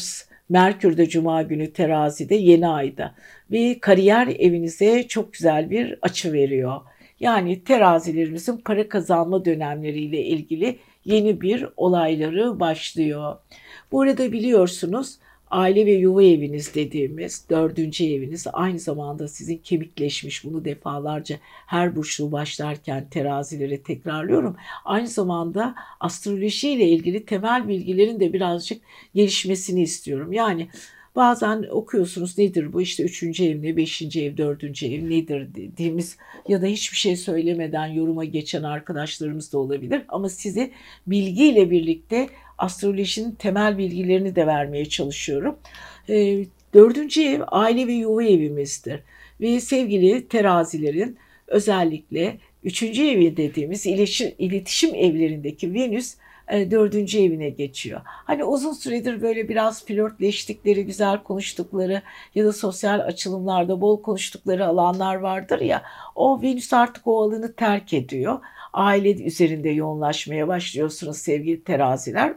Merkür de Cuma günü terazide, yeni ayda. Ve kariyer evinize çok güzel bir açı veriyor. Yani terazilerimizin para kazanma dönemleriyle ilgili yeni bir olayları başlıyor. Bu arada biliyorsunuz aile ve yuva eviniz dediğimiz dördüncü eviniz aynı zamanda sizin kemikleşmiş, bunu defalarca her burçlu başlarken terazilere tekrarlıyorum. Aynı zamanda astroloji ile ilgili temel bilgilerin de birazcık gelişmesini istiyorum. Yani bazen okuyorsunuz nedir bu, işte üçüncü ev ne, beşinci ev, dördüncü ev nedir dediğimiz ya da hiçbir şey söylemeden yoruma geçen arkadaşlarımız da olabilir. Ama size bilgiyle birlikte astrolojinin temel bilgilerini de vermeye çalışıyorum. E, dördüncü ev aile ve yuva evimizdir. Ve sevgili terazilerin özellikle üçüncü evi dediğimiz iletişim, iletişim evlerindeki Venüs e, dördüncü evine geçiyor. Hani uzun süredir böyle biraz flörtleştikleri, güzel konuştukları ya da sosyal açılımlarda bol konuştukları alanlar vardır ya, o Venüs artık o alanı terk ediyor. Aile üzerinde yoğunlaşmaya başlıyorsunuz sevgili teraziler.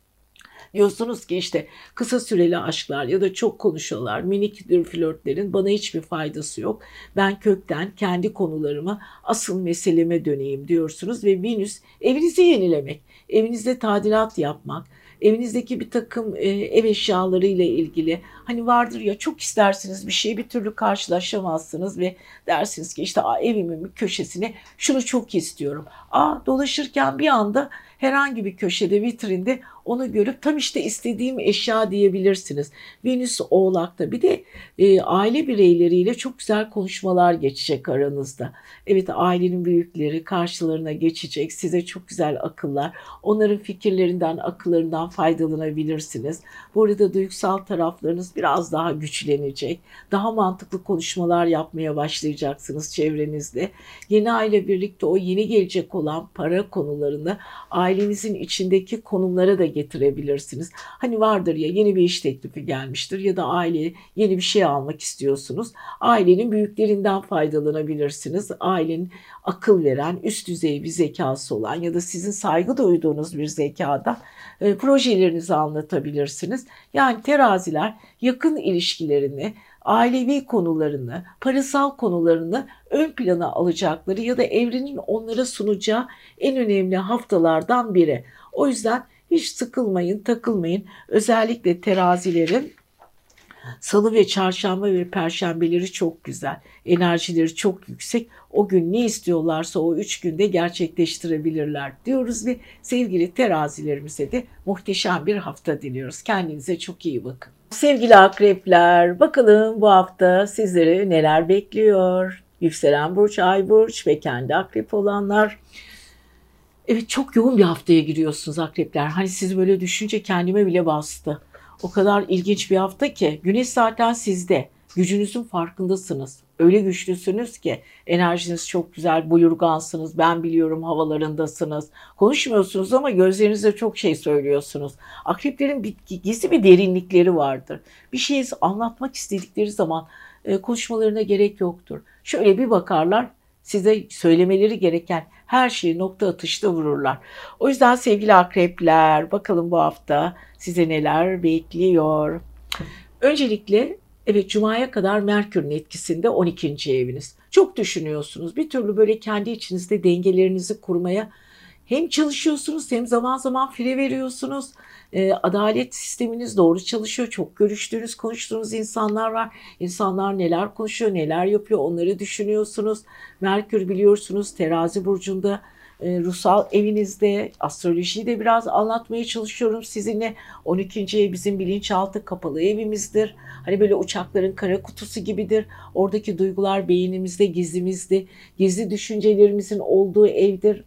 Diyorsunuz ki işte kısa süreli aşklar ya da çok konuşuyorlar, minik flörtlerin bana hiçbir faydası yok. Ben kökten kendi konularıma, asıl meseleme döneyim diyorsunuz ve Venüs evinizi yenilemek, evinizde tadilat yapmak, evinizdeki bir takım e, ev eşyaları ile ilgili, hani vardır ya, çok istersiniz bir şeyi, bir türlü karşılaşamazsınız ve dersiniz ki işte evimin bir köşesine şunu çok istiyorum. Aa, dolaşırken bir anda herhangi bir köşede, vitrinde onu görüp tam işte istediğim eşya diyebilirsiniz. Venüs Oğlak'ta bir de e, aile bireyleriyle çok güzel konuşmalar geçecek aranızda. Evet, ailenin büyükleri karşılarına geçecek, size çok güzel akıllar, onların fikirlerinden, akıllarından faydalanabilirsiniz. Bu arada duygusal taraflarınız biraz daha güçlenecek. Daha mantıklı konuşmalar yapmaya başlayacaksınız çevrenizde. Yeni aile birlikte o yeni gelecek olan para konularını ailenizin içindeki konumlara da getirebilirsiniz. Hani vardır ya, yeni bir iş teklifi gelmiştir ya da aile yeni bir şey almak istiyorsunuz. Ailenin büyüklerinden faydalanabilirsiniz. Ailenin akıl veren, üst düzey bir zekası olan ya da sizin saygı duyduğunuz bir zekada e, projelerinizi anlatabilirsiniz. Yani teraziler yakın ilişkilerini, ailevi konularını, parasal konularını ön plana alacakları ya da evrenin onlara sunacağı en önemli haftalardan biri. O yüzden hiç sıkılmayın, takılmayın. Özellikle terazilerin Salı ve çarşamba ve perşembeleri çok güzel. Enerjileri çok yüksek. O gün ne istiyorlarsa o üç günde gerçekleştirebilirler diyoruz ve sevgili terazilerimize de muhteşem bir hafta diliyoruz. Kendinize çok iyi bakın. Sevgili akrepler, bakalım bu hafta sizleri neler bekliyor? Yükselen burç, ay burç ve kendi akrep olanlar. Evet, çok yoğun bir haftaya giriyorsunuz akrepler. Hani siz böyle düşünce kendime bile bastı. O kadar ilginç bir hafta ki güneş zaten sizde. Gücünüzün farkındasınız. Öyle güçlüsünüz ki enerjiniz çok güzel, buyurgansınız, ben biliyorum havalarındasınız. Konuşmuyorsunuz ama gözlerinizle çok şey söylüyorsunuz. Akreplerin bir, gizli bir derinlikleri vardır. Bir şeyi anlatmak istedikleri zaman e, konuşmalarına gerek yoktur. Şöyle bir bakarlar, size söylemeleri gereken her şeyi nokta atışta vururlar. O yüzden sevgili akrepler, bakalım bu hafta size neler bekliyor. Öncelikle evet, Cuma'ya kadar Merkür'ün etkisinde on ikinci eviniz. Çok düşünüyorsunuz. Bir türlü böyle kendi içinizde dengelerinizi kurmaya hem çalışıyorsunuz hem zaman zaman fire veriyorsunuz. E, adalet sisteminiz doğru çalışıyor. Çok görüştüğünüz, konuştuğunuz insanlar var. İnsanlar neler konuşuyor, neler yapıyor, onları düşünüyorsunuz. Merkür biliyorsunuz terazi burcunda, e, ruhsal evinizde. Astrolojiyi de biraz anlatmaya çalışıyorum sizinle. on ikinci ev bizim bilinçaltı kapalı evimizdir. Hani böyle uçakların kara kutusu gibidir. Oradaki duygular beynimizde, gizlimizde, gizli düşüncelerimizin olduğu evdir.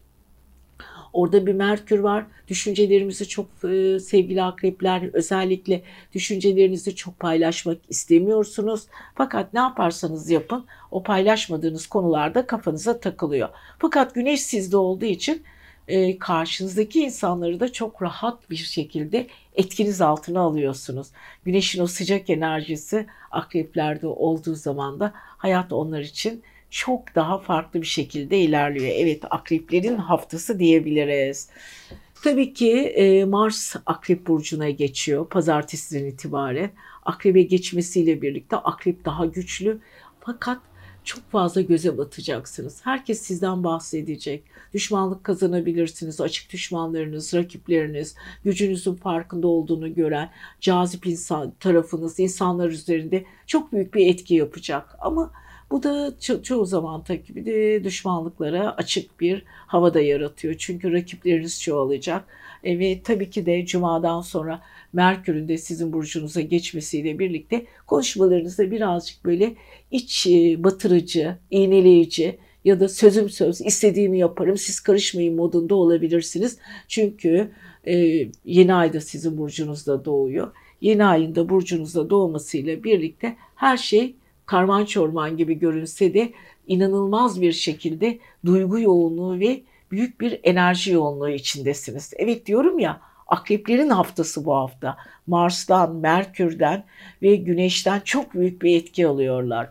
Orada bir Merkür var. Düşüncelerimizi çok e, sevgili akrepler, özellikle düşüncelerinizi çok paylaşmak istemiyorsunuz. Fakat ne yaparsanız yapın o paylaşmadığınız konularda kafanıza takılıyor. Fakat Güneş sizde olduğu için e, karşınızdaki insanları da çok rahat bir şekilde etkiniz altına alıyorsunuz. Güneşin o sıcak enerjisi akreplerde olduğu zaman da hayat onlar için çok daha farklı bir şekilde ilerliyor. Evet, akreplerin haftası diyebiliriz. Tabii ki e, Mars Akrep Burcu'na geçiyor pazartesiden itibaren. Akrep'e geçmesiyle birlikte Akrep daha güçlü fakat çok fazla göze batacaksınız. Herkes sizden bahsedecek. Düşmanlık kazanabilirsiniz. Açık düşmanlarınız, rakipleriniz, gücünüzün farkında olduğunu gören cazip insan tarafınız insanlar üzerinde çok büyük bir etki yapacak. Ama bu da ço- çoğu zaman tabii de düşmanlıklara açık bir havada yaratıyor. Çünkü rakipleriniz çoğalacak. E, ve tabii ki de Cuma'dan sonra Merkür'ün de sizin burcunuza geçmesiyle birlikte konuşmalarınızda birazcık böyle iç e, batırıcı, iğneleyici ya da sözüm söz istediğimi yaparım siz karışmayın modunda olabilirsiniz. Çünkü e, yeni ay da sizin burcunuzda doğuyor. Yeni ayın da burcunuzda doğmasıyla birlikte her şey karman çorman gibi görünse de inanılmaz bir şekilde duygu yoğunluğu ve büyük bir enerji yoğunluğu içindesiniz. Evet diyorum ya, akreplerin haftası bu hafta. Mars'tan, Merkür'den ve Güneş'ten çok büyük bir etki alıyorlar.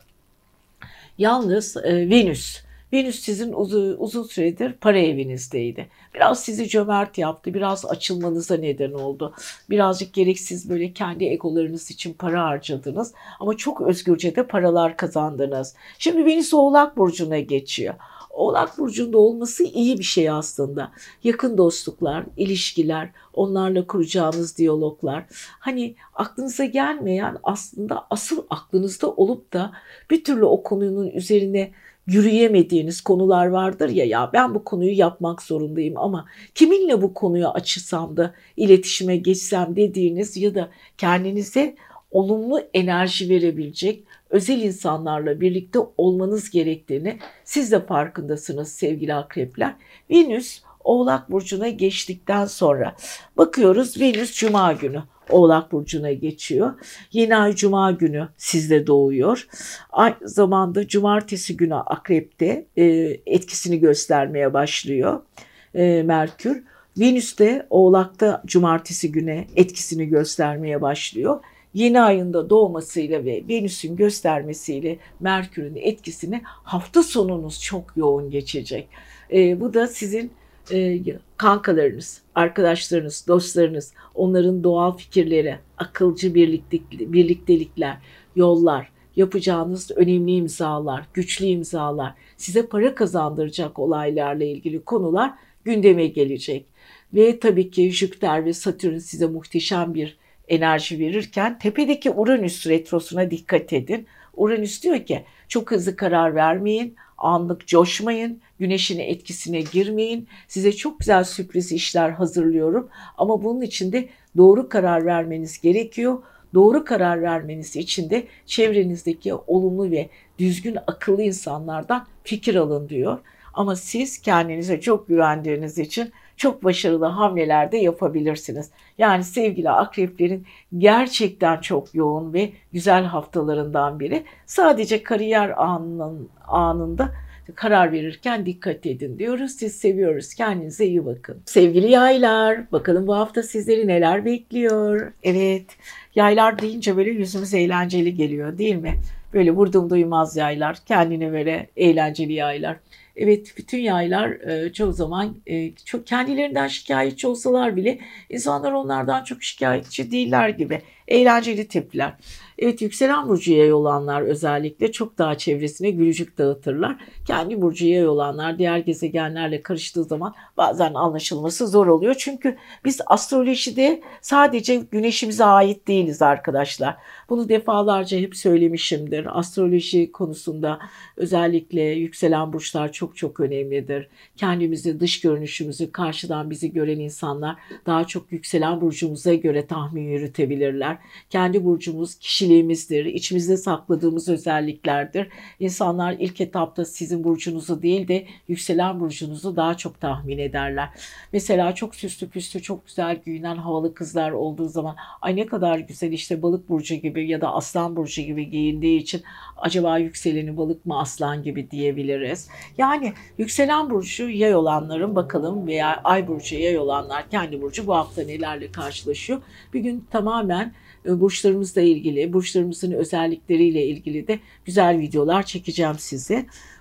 Yalnız e, Venüs, Venüs sizin uzun, uzun süredir para evinizdeydi. Biraz sizi cömert yaptı, biraz açılmanıza neden oldu. Birazcık gereksiz böyle kendi egolarınız için para harcadınız ama çok özgürce de paralar kazandınız. Şimdi Venüs Oğlak Burcu'na geçiyor. Oğlak Burcu'nda olması iyi bir şey aslında. Yakın dostluklar, ilişkiler, onlarla kuracağınız diyaloglar. Hani aklınıza gelmeyen aslında asıl aklınızda olup da bir türlü o konunun üzerine yürüyemediğiniz konular vardır ya, ya ben bu konuyu yapmak zorundayım ama kiminle bu konuyu açsam da iletişime geçsem dediğiniz ya da kendinize olumlu enerji verebilecek özel insanlarla birlikte olmanız gerektiğini siz de farkındasınız sevgili akrepler. Venüs Oğlak Burcu'na geçtikten sonra bakıyoruz, Venüs Cuma günü Oğlak Burcu'na geçiyor. Yeni ay Cuma günü sizde doğuyor. Aynı zamanda Cumartesi günü Akrep'te e, etkisini göstermeye başlıyor e, Merkür. Venüs de Oğlak'ta Cumartesi günü etkisini göstermeye başlıyor. Yeni ayında doğmasıyla ve Venüs'ün göstermesiyle Merkür'ün etkisini hafta sonunuz çok yoğun geçecek. E, bu da sizin e, kankalarınız, arkadaşlarınız, dostlarınız, onların doğal fikirleri, akılcı birliktelik, birliktelikler, yollar, yapacağınız önemli imzalar, güçlü imzalar, size para kazandıracak olaylarla ilgili konular gündeme gelecek. Ve tabii ki Jüpiter ve Satürn size muhteşem bir enerji verirken tepedeki Uranüs retrosuna dikkat edin. Uranüs diyor ki çok hızlı karar vermeyin, anlık coşmayın, güneşin etkisine girmeyin. Size çok güzel sürpriz işler hazırlıyorum ama bunun için de doğru karar vermeniz gerekiyor. Doğru karar vermeniz için de çevrenizdeki olumlu ve düzgün akıllı insanlardan fikir alın diyor. Ama siz kendinize çok güvendiğiniz için çok başarılı hamleler de yapabilirsiniz. Yani sevgili akreplerin gerçekten çok yoğun ve güzel haftalarından biri. Sadece kariyer anının, anında karar verirken dikkat edin diyoruz. Siz seviyoruz. Kendinize iyi bakın. Sevgili yaylar, bakalım bu hafta sizleri neler bekliyor? Evet, yaylar deyince böyle yüzümüz eğlenceli geliyor değil mi? Böyle vurdum duymaz yaylar, kendine göre eğlenceli yaylar. Evet, bütün yaylar e, çoğu zaman e, çok kendilerinden şikayetçi olsalar bile insanlar onlardan çok şikayetçi değiller gibi. Eğlenceli tipler. Evet, yükselen burcu yay olanlar özellikle çok daha çevresine gülücük dağıtırlar. Kendi burcu yay olanlar diğer gezegenlerle karıştığı zaman bazen anlaşılması zor oluyor. Çünkü biz astrolojide sadece güneşimize ait değiliz arkadaşlar. Bunu defalarca hep söylemişimdir. Astroloji konusunda özellikle yükselen burçlar çok çok önemlidir. Kendimizi, dış görünüşümüzü, karşıdan bizi gören insanlar daha çok yükselen burcumuza göre tahmin yürütebilirler. Kendi burcumuz kişiliğimizdir, içimizde sakladığımız özelliklerdir. İnsanlar ilk etapta sizin burcunuzu değil de yükselen burcunuzu daha çok tahmin ederler. Mesela çok süslü püslü, çok güzel giyinen havalı kızlar olduğu zaman ay ne kadar güzel işte balık burcu gibi ya da aslan burcu gibi giyindiği için acaba yükseleni balık mı aslan gibi diyebiliriz. Yani yükselen burcu yay olanların bakalım veya ay burcu yay olanlar kendi burcu bu hafta nelerle karşılaşıyor. Bir gün tamamen burçlarımızla ilgili, burçlarımızın özellikleriyle ilgili de güzel videolar çekeceğim size.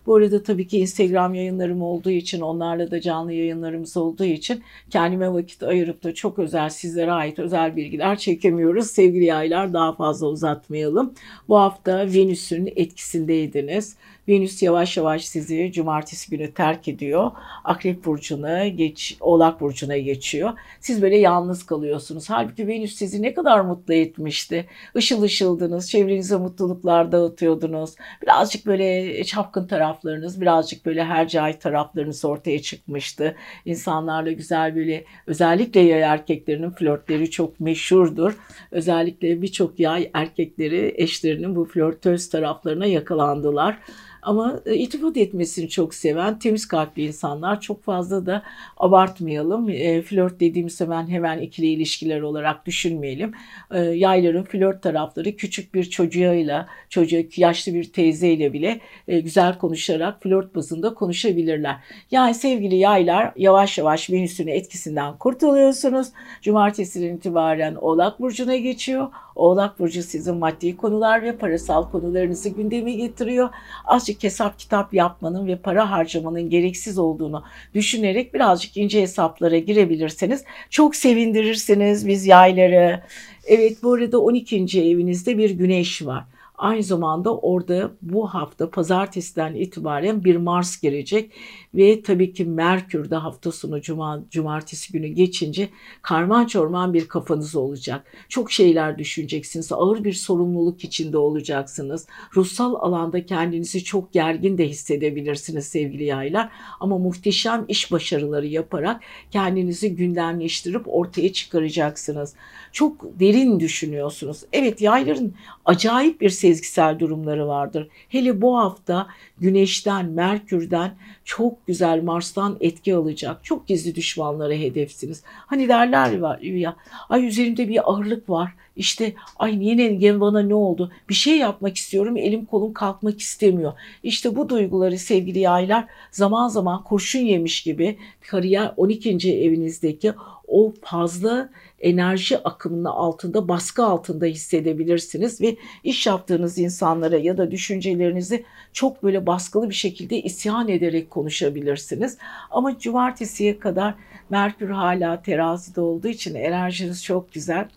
Bu arada tabii ki Instagram yayınlarım olduğu için, onlarla da canlı yayınlarımız olduğu için kendime vakit ayırıp da çok özel, sizlere ait özel bilgiler çekemiyoruz. Sevgili yaylar, daha fazla uzatmayalım. Bu hafta Venüs'ün etkisindeydiniz. Venüs yavaş yavaş sizi cumartesi günü terk ediyor. Akrep burcuna geç, Oğlak burcuna geçiyor. Siz böyle yalnız kalıyorsunuz. Halbuki Venüs sizi ne kadar mutlu etmişti. Işıl ışıldınız, çevrenize mutluluklar dağıtıyordunuz. Birazcık böyle çapkın taraflarınız, birazcık böyle hercai taraflarınız ortaya çıkmıştı. İnsanlarla güzel böyle, özellikle yay erkeklerinin flörtleri çok meşhurdur. Özellikle birçok yay erkekleri eşlerinin bu flörtöz taraflarına yakalandılar. Ama e, iltifat etmesini çok seven, temiz kalpli insanlar, çok fazla da abartmayalım. E, flört dediğimiz zaman hemen ikili ilişkiler olarak düşünmeyelim. E, yayların flört tarafları küçük bir çocuğuyla, çocuk yaşlı bir teyzeyle bile e, güzel konuşarak flört bazında konuşabilirler. Yani sevgili yaylar, yavaş yavaş Venüs'ün etkisinden kurtuluyorsunuz. Cumartesiden itibaren Oğlak Burcu'na geçiyor. Oğlak Burcu sizin maddi konular ve parasal konularınızı gündeme getiriyor. Azıcık hesap kitap yapmanın ve para harcamanın gereksiz olduğunu düşünerek birazcık ince hesaplara girebilirseniz çok sevindirirsiniz biz yayları. Evet, bu arada on ikinci evinizde bir güneş var. Aynı zamanda orada bu hafta pazartesiden itibaren bir Mars gelecek ve tabii ki Merkür de hafta sonu cuma, cumartesi günü geçince karman çorman bir kafanız olacak. Çok şeyler düşüneceksiniz. Ağır bir sorumluluk içinde olacaksınız. Ruhsal alanda kendinizi çok gergin de hissedebilirsiniz sevgili yaylar. Ama muhteşem iş başarıları yaparak kendinizi gündemleştirip ortaya çıkaracaksınız. Çok derin düşünüyorsunuz. Evet, yayların acayip bir sezgisel durumları vardır. Hele bu hafta Güneş'ten, Merkür'den, çok güzel Mars'tan etki alacak. Çok gizli düşmanlara hedefsiniz. Hani derler ya, ay üzerimde bir ağırlık var. İşte ay yine bana ne oldu? Bir şey yapmak istiyorum, elim kolum kalkmak istemiyor. İşte bu duyguları sevgili yaylar zaman zaman kurşun yemiş gibi kariyer on ikinci evinizdeki o fazla enerji akımının altında, baskı altında hissedebilirsiniz ve iş yaptığınız insanlara ya da düşüncelerinizi çok böyle baskılı bir şekilde isyan ederek konuşabilirsiniz. Ama cumartesiye kadar Merkür hala terazide olduğu için enerjiniz çok güzel.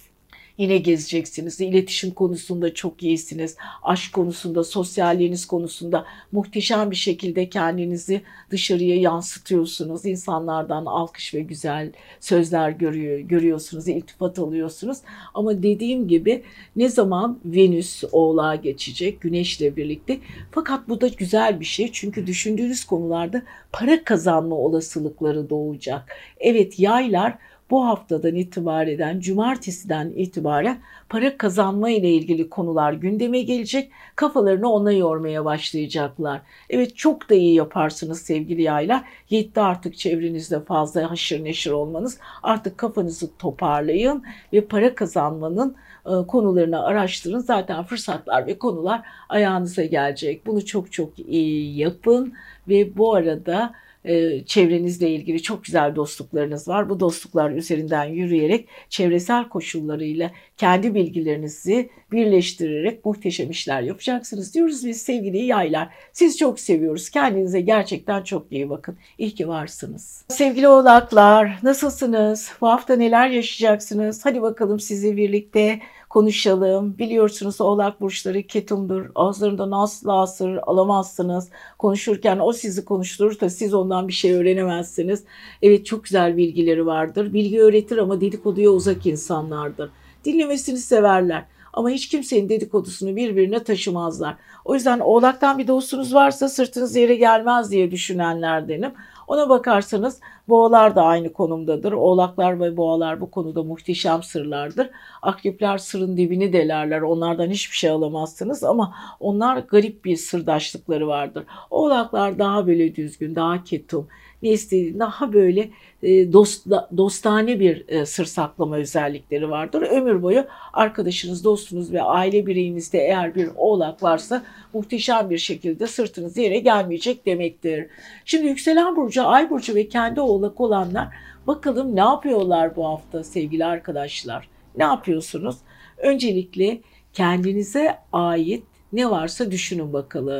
Yine gezeceksiniz. İletişim konusunda çok iyisiniz. Aşk konusunda, sosyalliğiniz konusunda muhteşem bir şekilde kendinizi dışarıya yansıtıyorsunuz. İnsanlardan alkış ve güzel sözler görüyor, görüyorsunuz, iltifat alıyorsunuz. Ama dediğim gibi ne zaman Venüs Oğlağa geçecek, Güneş'le birlikte. Fakat bu da güzel bir şey. Çünkü düşündüğünüz konularda para kazanma olasılıkları doğacak. Evet, yaylar bu haftadan itibaren, cumartesiden itibaren para kazanma ile ilgili konular gündeme gelecek. Kafalarını ona yormaya başlayacaklar. Evet, çok da iyi yaparsınız sevgili yaylar. Yetti artık çevrenizde fazla haşır neşir olmanız. Artık kafanızı toparlayın ve para kazanmanın konularını araştırın. Zaten fırsatlar ve konular ayağınıza gelecek. Bunu çok çok iyi yapın ve bu arada çevrenizle ilgili çok güzel dostluklarınız var. Bu dostluklar üzerinden yürüyerek çevresel koşullarıyla kendi bilgilerinizi birleştirerek muhteşem işler yapacaksınız diyoruz biz sevgili yaylar. Sizi çok seviyoruz. Kendinize gerçekten çok iyi bakın. İyi ki varsınız. Sevgili oğlaklar, nasılsınız? Bu hafta neler yaşayacaksınız? Hadi bakalım sizi birlikte konuşalım. Biliyorsunuz oğlak burçları ketumdur. Ağızlarından asla sır alamazsınız. Konuşurken o sizi konuşturur da siz ondan bir şey öğrenemezsiniz. Evet, çok güzel bilgileri vardır. Bilgi öğretir ama dedikoduya uzak insanlardır. Dinlemesini severler. Ama hiç kimsenin dedikodusunu birbirine taşımazlar. O yüzden oğlaktan bir dostunuz varsa sırtınız yere gelmez diye düşünenlerdenim. Ona bakarsanız boğalar da aynı konumdadır. Oğlaklar ve boğalar bu konuda muhteşem sırlardır. Akrepler sırın dibini delerler. Onlardan hiçbir şey alamazsınız ama onlar garip bir sırdaşlıkları vardır. Oğlaklar daha böyle düzgün, daha ketum, ne istediğini daha böyle dost, dostane bir sır saklama özellikleri vardır. Ömür boyu arkadaşınız, dostunuz ve aile bireyinizde eğer bir oğlak varsa muhteşem bir şekilde sırtınız yere gelmeyecek demektir. Şimdi yükselen burcu, ay burcu ve kendi oğlak olanlar bakalım ne yapıyorlar bu hafta sevgili arkadaşlar? Ne yapıyorsunuz? Öncelikle kendinize ait ne varsa düşünün bakalım.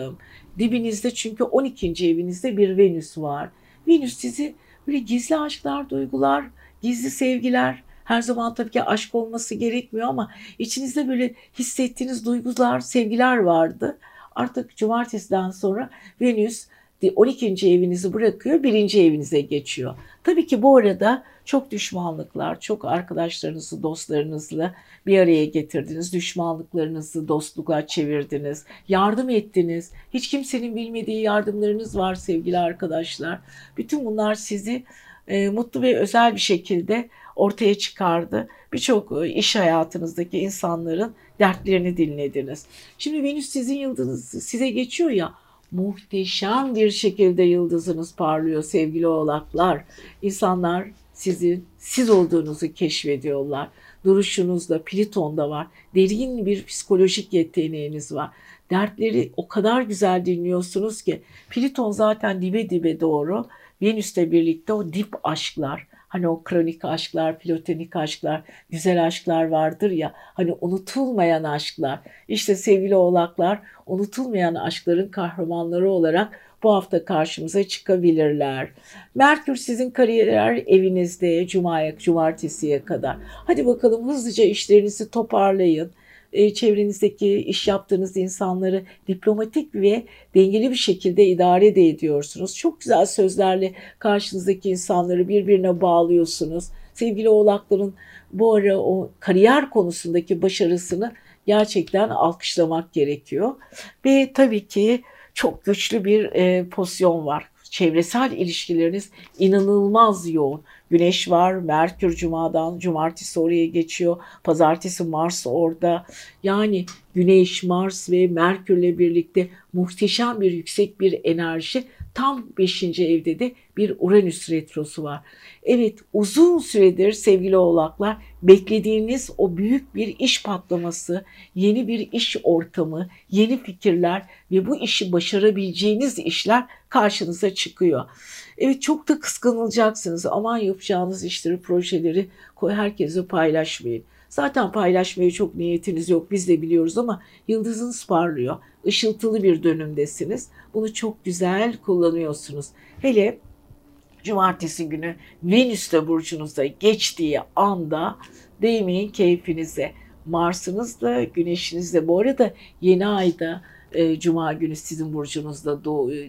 Dibinizde, çünkü on ikinci evinizde bir Venüs var. Venüs sizi böyle gizli aşklar, duygular, gizli sevgiler, her zaman tabii ki aşk olması gerekmiyor ama içinizde böyle hissettiğiniz duygular, sevgiler vardı. Artık cumartesiden sonra Venüs on ikinci evinizi bırakıyor, birinci evinize geçiyor. Tabii ki bu arada çok düşmanlıklar, çok arkadaşlarınızı, dostlarınızla bir araya getirdiniz. Düşmanlıklarınızı dostluğa çevirdiniz, yardım ettiniz. Hiç kimsenin bilmediği yardımlarınız var sevgili arkadaşlar. Bütün bunlar sizi e, mutlu ve özel bir şekilde ortaya çıkardı. Birçok e, iş hayatınızdaki insanların dertlerini dinlediniz. Şimdi Venüs sizin yıldızınız size geçiyor ya, muhteşem bir şekilde yıldızınız parlıyor sevgili oğlaklar. İnsanlar sizin siz olduğunuzu keşfediyorlar. Duruşunuzda Plüton'da var. Derin bir psikolojik yeteneğiniz var. Dertleri o kadar güzel dinliyorsunuz ki Plüton zaten dibe dibe doğru. Venüs'le birlikte o dip aşklar, hani o kronik aşklar, platonik aşklar, güzel aşklar vardır ya, hani unutulmayan aşklar. İşte sevgili oğlaklar, unutulmayan aşkların kahramanları olarak bu hafta karşımıza çıkabilirler. Merkür sizin kariyer evinizde Cuma'ya, cumartesiye kadar. Hadi bakalım hızlıca işlerinizi toparlayın. E, çevrenizdeki iş yaptığınız insanları diplomatik ve dengeli bir şekilde idare de ediyorsunuz. Çok güzel sözlerle karşınızdaki insanları birbirine bağlıyorsunuz. Sevgili oğlakların bu ara o kariyer konusundaki başarısını gerçekten alkışlamak gerekiyor. Ve tabii ki çok güçlü bir e, pozisyon var. Çevresel ilişkileriniz inanılmaz yoğun. Güneş var, Merkür Cuma'dan, Cumartesi oraya geçiyor, Pazartesi Mars orada. Yani Güneş, Mars ve Merkür'le birlikte muhteşem bir yüksek bir enerji. Tam beşinci evde de bir Uranüs retrosu var. Evet, uzun süredir sevgili oğlaklar beklediğiniz o büyük bir iş patlaması, yeni bir iş ortamı, yeni fikirler ve bu işi başarabileceğiniz işler karşınıza çıkıyor. Evet, çok da kıskanılacaksınız. Aman yapacağınız işleri, projeleri herkese paylaşmayın. Zaten paylaşmaya çok niyetiniz yok, biz de biliyoruz ama yıldızınız parlıyor. Işıltılı bir dönümdesiniz. Bunu çok güzel kullanıyorsunuz. Hele cumartesi günü Venüs de burcunuzda geçtiği anda değmeyin keyfinize. Mars'ınızla, Güneş'inizle, bu arada yeni ayda e, Cuma günü sizin burcunuzda doğuyor,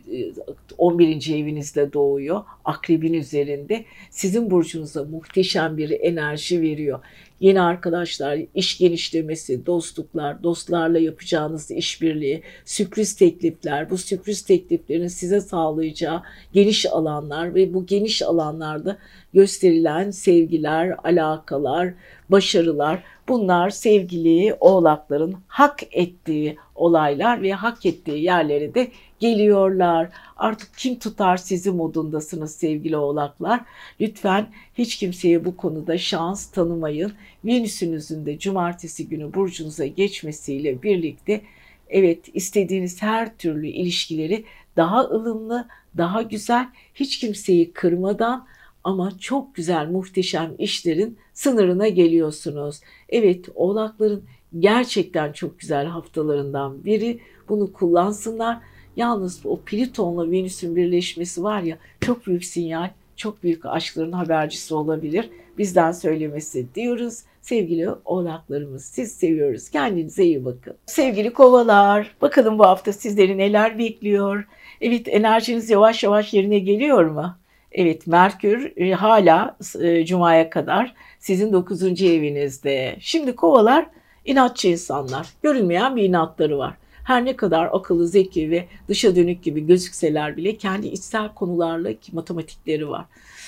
on birinci evinizde doğuyor. Akrebin üzerinde sizin burcunuza muhteşem bir enerji veriyor. Yeni arkadaşlar, iş genişlemesi, dostluklar, dostlarla yapacağınız işbirliği, sürpriz teklifler, bu sürpriz tekliflerin size sağlayacağı geniş alanlar ve bu geniş alanlarda gösterilen sevgiler, alakalar, başarılar, bunlar sevgili oğlakların hak ettiği olaylar ve hak ettiği yerlere de geliyorlar. Artık kim tutar sizi modundasınız sevgili oğlaklar. Lütfen hiç kimseye bu konuda şans tanımayın. Venüs'ünüzün de cumartesi günü burcunuza geçmesiyle birlikte evet, istediğiniz her türlü ilişkileri daha ılımlı, daha güzel, hiç kimseyi kırmadan ama çok güzel, muhteşem işlerin sınırına geliyorsunuz. Evet, oğlakların gerçekten çok güzel haftalarından biri. Bunu kullansınlar. Yalnız o Plüton'la Venüs'ün birleşmesi var ya, çok büyük sinyal, çok büyük aşkların habercisi olabilir. Bizden söylemesi diyoruz. Sevgili oğlaklarımız, siz seviyoruz. Kendinize iyi bakın. Sevgili kovalar, bakalım bu hafta sizleri neler bekliyor? Evet, enerjiniz yavaş yavaş yerine geliyor mu? Evet, Merkür e, hala e, Cuma'ya kadar sizin dokuzuncu evinizde. Şimdi kovalar inatçı insanlar. Görünmeyen bir inatları var. Her ne kadar akıllı, zeki ve dışa dönük gibi gözükseler bile kendi içsel konularla matematikleri var.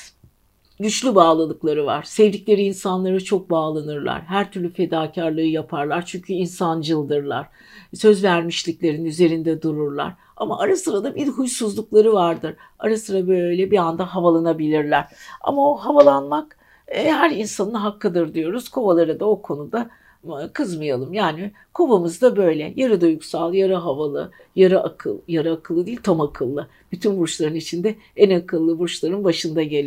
Güçlü bağlılıkları var. Sevdikleri insanlara çok bağlanırlar. Her türlü fedakarlığı yaparlar çünkü insancıldırlar. Söz vermişliklerin üzerinde dururlar. Ama ara sıra da bir huysuzlukları vardır. Ara sıra böyle bir anda havalanabilirler. Ama o havalanmak e, her insanın hakkıdır diyoruz. Kovalara da o konuda kızmayalım. Yani kovamız da böyle. Yarı duygusal, yarı havalı, yarı akıl, yarı akıllı değil tam akıllı. Bütün burçların içinde en akıllı burçların başında geliyor.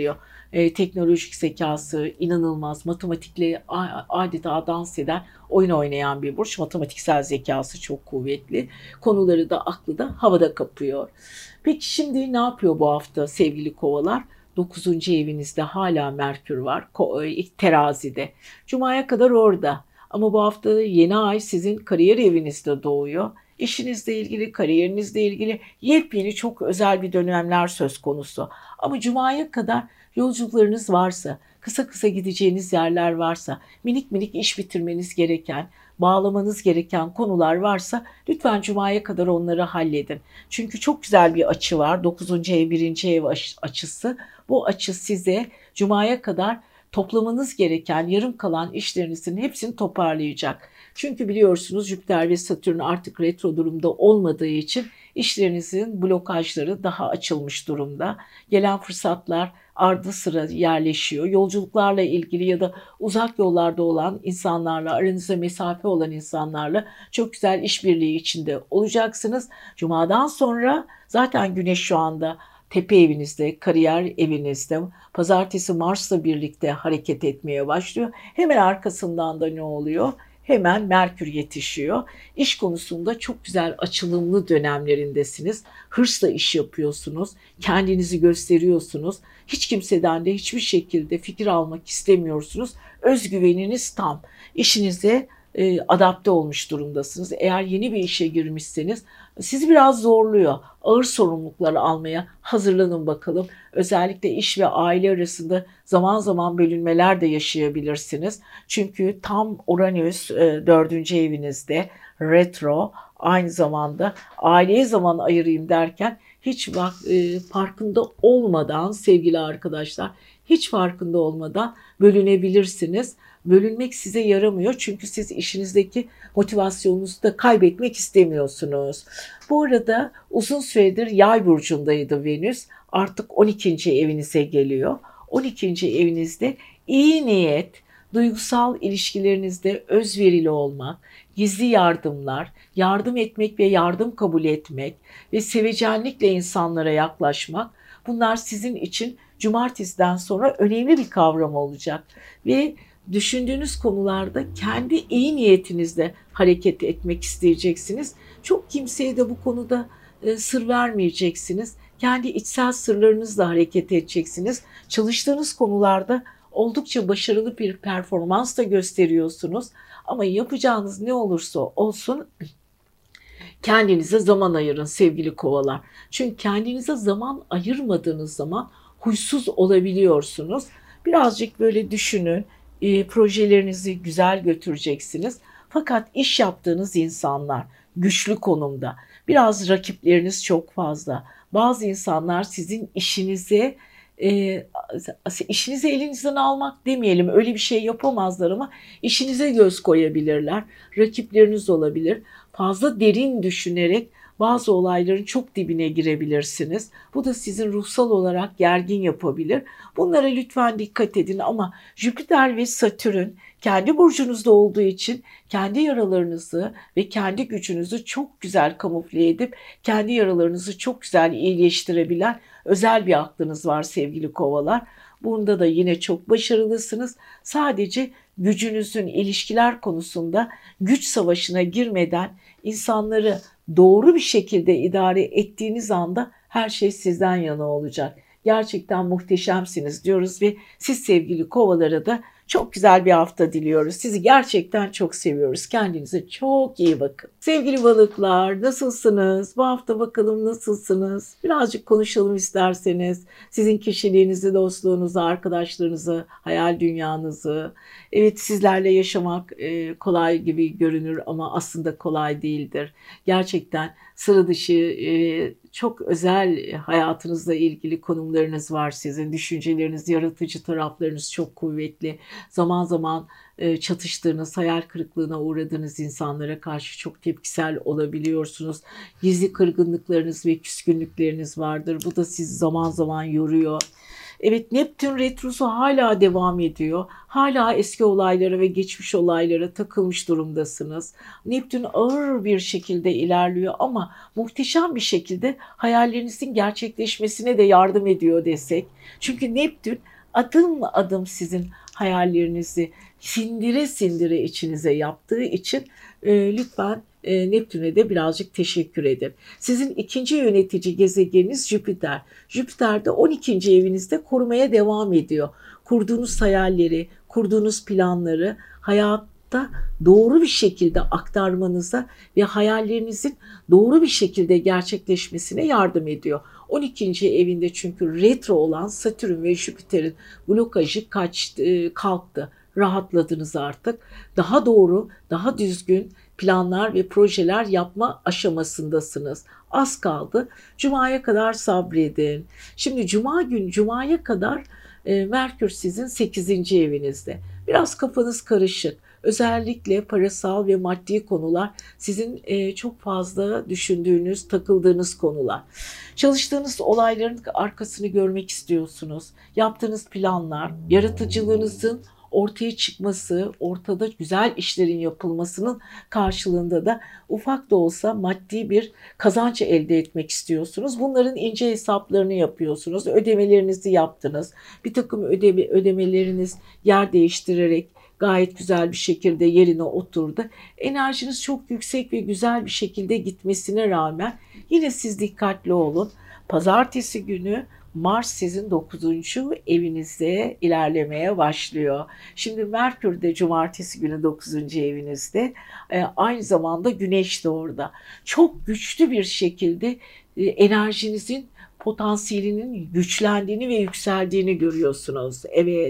e, teknolojik zekası inanılmaz, matematikle a- adeta dans eden, oyun oynayan bir burç. Matematiksel zekası çok kuvvetli. Konuları da aklı da havada kapıyor. Peki şimdi ne yapıyor bu hafta sevgili kovalar? Dokuzuncu evinizde hala Merkür var. Ko- e, Terazide. Cuma'ya kadar orada. Ama bu hafta yeni ay sizin kariyer evinizde doğuyor. İşinizle ilgili, kariyerinizle ilgili yepyeni çok özel bir dönemler söz konusu. Ama Cuma'ya kadar yolculuklarınız varsa, kısa kısa gideceğiniz yerler varsa, minik minik iş bitirmeniz gereken, bağlamanız gereken konular varsa lütfen Cuma'ya kadar onları halledin. Çünkü çok güzel bir açı var. Dokuzuncu ev, birinci ev açısı. Bu açı size Cuma'ya kadar toplamanız gereken yarım kalan işlerinizin hepsini toparlayacak. Çünkü biliyorsunuz Jüpiter ve Satürn artık retro durumda olmadığı için işlerinizin blokajları daha açılmış durumda. Gelen fırsatlar ardı sıra yerleşiyor. Yolculuklarla ilgili ya da uzak yollarda olan insanlarla, aranızda mesafe olan insanlarla çok güzel işbirliği içinde olacaksınız. Cuma'dan sonra zaten Güneş şu anda tepe evinizde, kariyer evinizde, pazartesi Mars'la birlikte hareket etmeye başlıyor. Hemen arkasından da ne oluyor? Hemen Merkür yetişiyor. İş konusunda çok güzel açılımlı dönemlerindesiniz. Hırsla iş yapıyorsunuz. Kendinizi gösteriyorsunuz. Hiç kimseden de hiçbir şekilde fikir almak istemiyorsunuz. Özgüveniniz tam. İşinize e, adapte olmuş durumdasınız. Eğer yeni bir işe girmişseniz sizi biraz zorluyor. Ağır sorumlulukları almaya hazırlanın bakalım. Özellikle iş ve aile arasında zaman zaman bölünmeler de yaşayabilirsiniz. Çünkü tam Uranüs e, dördüncü evinizde retro, aynı zamanda aileye zaman ayırayım derken hiç bak, e, farkında olmadan sevgili arkadaşlar, hiç farkında olmadan bölünebilirsiniz. Bölünmek size yaramıyor çünkü siz işinizdeki motivasyonunuzu da kaybetmek istemiyorsunuz. Bu arada uzun süredir Yay burcundaydı Venüs. Artık on ikinci evinize geliyor. on ikinci evinizde iyi niyet, duygusal ilişkilerinizde özverili olmak, gizli yardımlar, yardım etmek ve yardım kabul etmek ve sevecenlikle insanlara yaklaşmak, bunlar sizin için cumartesiden sonra önemli bir kavram olacak. Ve düşündüğünüz konularda kendi iyi niyetinizle hareket etmek isteyeceksiniz. Çok kimseye de bu konuda e, sır vermeyeceksiniz. Kendi içsel sırlarınızla hareket edeceksiniz. Çalıştığınız konularda oldukça başarılı bir performans da gösteriyorsunuz. Ama yapacağınız ne olursa olsun kendinize zaman ayırın sevgili kovalar. Çünkü kendinize zaman ayırmadığınız zaman huysuz olabiliyorsunuz. Birazcık böyle düşünün. E, projelerinizi güzel götüreceksiniz. Fakat iş yaptığınız insanlar güçlü konumda. Biraz rakipleriniz çok fazla. Bazı insanlar sizin işinize e, işinizi elinizden almak demeyelim, öyle bir şey yapamazlar ama işinize göz koyabilirler. Rakipleriniz olabilir. Fazla derin düşünerek bazı olayların çok dibine girebilirsiniz. Bu da sizin ruhsal olarak gergin yapabilir. Bunlara lütfen dikkat edin ama Jüpiter ve Satürn kendi burcunuzda olduğu için kendi yaralarınızı ve kendi gücünüzü çok güzel kamufle edip kendi yaralarınızı çok güzel iyileştirebilen özel bir aklınız var sevgili kovalar. Bunda da yine çok başarılısınız. Sadece gücünüzün ilişkiler konusunda güç savaşına girmeden insanları doğru bir şekilde idare ettiğiniz anda her şey sizden yana olacak. Gerçekten muhteşemsiniz diyoruz ve siz sevgili kovalara da çok güzel bir hafta diliyoruz. Sizi gerçekten çok seviyoruz. Kendinize çok iyi bakın. Sevgili balıklar, nasılsınız? Bu hafta bakalım nasılsınız? Birazcık konuşalım isterseniz. Sizin kişiliğinizi, dostluğunuzu, arkadaşlarınızı, hayal dünyanızı. Evet, sizlerle yaşamak e, kolay gibi görünür ama aslında kolay değildir. Gerçekten sıra dışı e, çok özel hayatınızla ilgili konumlarınız var sizin. Düşünceleriniz, yaratıcı taraflarınız çok kuvvetli. Zaman zaman e, çatıştığınız, hayal kırıklığına uğradığınız insanlara karşı çok tepkisel olabiliyorsunuz. Gizli kırgınlıklarınız ve küskünlükleriniz vardır. Bu da sizi zaman zaman yoruyor. Evet, Neptün retrosu hala devam ediyor. Hala eski olaylara ve geçmiş olaylara takılmış durumdasınız. Neptün ağır bir şekilde ilerliyor ama muhteşem bir şekilde hayallerinizin gerçekleşmesine de yardım ediyor desek. Çünkü Neptün adım adım sizin hayallerinizi sindire sindire içinize yaptığı için e, lütfen e, Neptün'e de birazcık teşekkür edin. Sizin ikinci yönetici gezegeniniz Jüpiter. Jüpiter de on ikinci evinizde korumaya devam ediyor. Kurduğunuz hayalleri, kurduğunuz planları hayatta doğru bir şekilde aktarmanıza ve hayallerinizin doğru bir şekilde gerçekleşmesine yardım ediyor. on ikinci evinde çünkü retro olan Satürn ve Jüpiter'in blokajı kaçtı, kalktı. Rahatladınız artık. Daha doğru, daha düzgün planlar ve projeler yapma aşamasındasınız. Az kaldı. Cuma'ya kadar sabredin. Şimdi Cuma gün, Cuma'ya kadar e, Merkür sizin sekizinci evinizde. Biraz kafanız karışık. Özellikle parasal ve maddi konular sizin e, çok fazla düşündüğünüz, takıldığınız konular. Çalıştığınız olayların arkasını görmek istiyorsunuz. Yaptığınız planlar, yaratıcılığınızın ortaya çıkması, ortada güzel işlerin yapılmasının karşılığında da ufak da olsa maddi bir kazanç elde etmek istiyorsunuz. Bunların ince hesaplarını yapıyorsunuz. Ödemelerinizi yaptınız. Bir takım ödeme, ödemeleriniz yer değiştirerek gayet güzel bir şekilde yerine oturdu. Enerjiniz çok yüksek ve güzel bir şekilde gitmesine rağmen yine siz dikkatli olun. Pazartesi günü Mars sizin dokuzuncu evinizde ilerlemeye başlıyor. Şimdi Merkür de cumartesi günü dokuzuncu evinizde. E, aynı zamanda Güneş de orada. Çok güçlü bir şekilde e, enerjinizin potansiyelinin güçlendiğini ve yükseldiğini görüyorsunuz. Evet.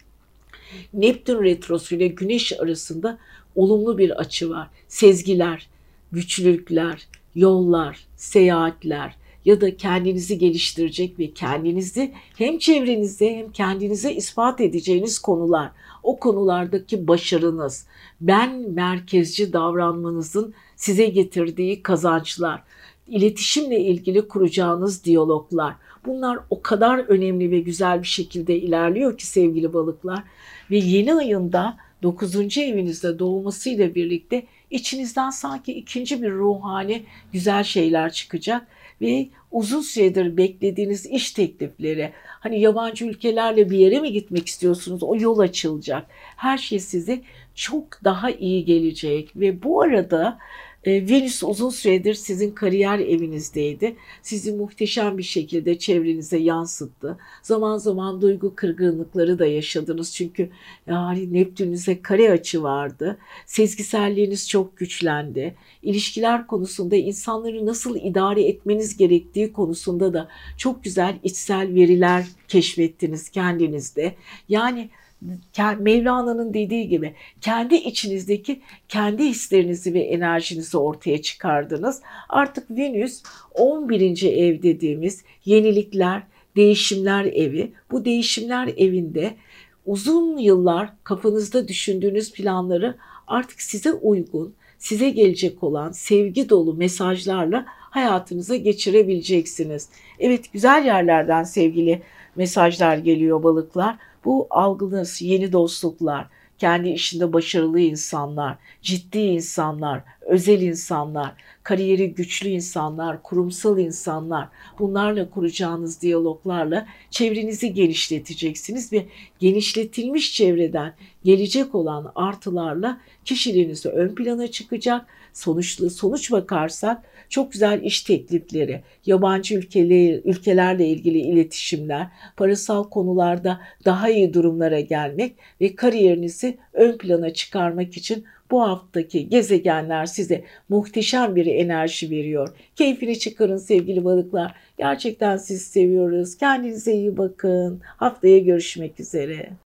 Neptün retrosu ile Güneş arasında olumlu bir açı var. Sezgiler, güçlülükler, yollar, seyahatler ya da kendinizi geliştirecek ve kendinizi hem çevrenize hem kendinize ispat edeceğiniz konular. O konulardaki başarınız, ben merkezci davranmanızın size getirdiği kazançlar, iletişimle ilgili kuracağınız diyaloglar. Bunlar o kadar önemli ve güzel bir şekilde ilerliyor ki sevgili balıklar. Ve yeni ayında dokuzuncu evinizde doğmasıyla birlikte içinizden sanki ikinci bir ruhani güzel şeyler çıkacak. Ve uzun süredir beklediğiniz iş teklifleri, hani yabancı ülkelerle bir yere mi gitmek istiyorsunuz, o yol açılacak. Her şey size çok daha iyi gelecek ve bu arada Venüs uzun süredir sizin kariyer evinizdeydi. Sizi muhteşem bir şekilde çevrenize yansıttı. Zaman zaman duygu kırgınlıkları da yaşadınız. Çünkü yani Neptün'üze kare açı vardı. Sezgiselliğiniz çok güçlendi. İlişkiler konusunda insanları nasıl idare etmeniz gerektiği konusunda da çok güzel içsel veriler keşfettiniz kendinizde. Yani Mevlana'nın dediği gibi kendi içinizdeki kendi hislerinizi ve enerjinizi ortaya çıkardınız. Artık Venüs on birinci ev dediğimiz yenilikler, değişimler evi. Bu değişimler evinde uzun yıllar kafanızda düşündüğünüz planları artık size uygun, size gelecek olan sevgi dolu mesajlarla hayatınıza geçirebileceksiniz. Evet, güzel yerlerden sevgili mesajlar geliyor balıklar. Bu algınız, yeni dostluklar, kendi işinde başarılı insanlar, ciddi insanlar, özel insanlar, kariyeri güçlü insanlar, kurumsal insanlar, bunlarla kuracağınız diyaloglarla çevrenizi genişleteceksiniz ve genişletilmiş çevreden gelecek olan artılarla kişiliğiniz ön plana çıkacak. Sonuçlu sonuç bakarsak çok güzel iş teklifleri, yabancı ülkeler, ülkelerle ilgili iletişimler, parasal konularda daha iyi durumlara gelmek ve kariyerinizi ön plana çıkarmak için bu haftaki gezegenler size muhteşem bir enerji veriyor. Keyfini çıkarın sevgili balıklar. Gerçekten sizi seviyoruz. Kendinize iyi bakın. Haftaya görüşmek üzere.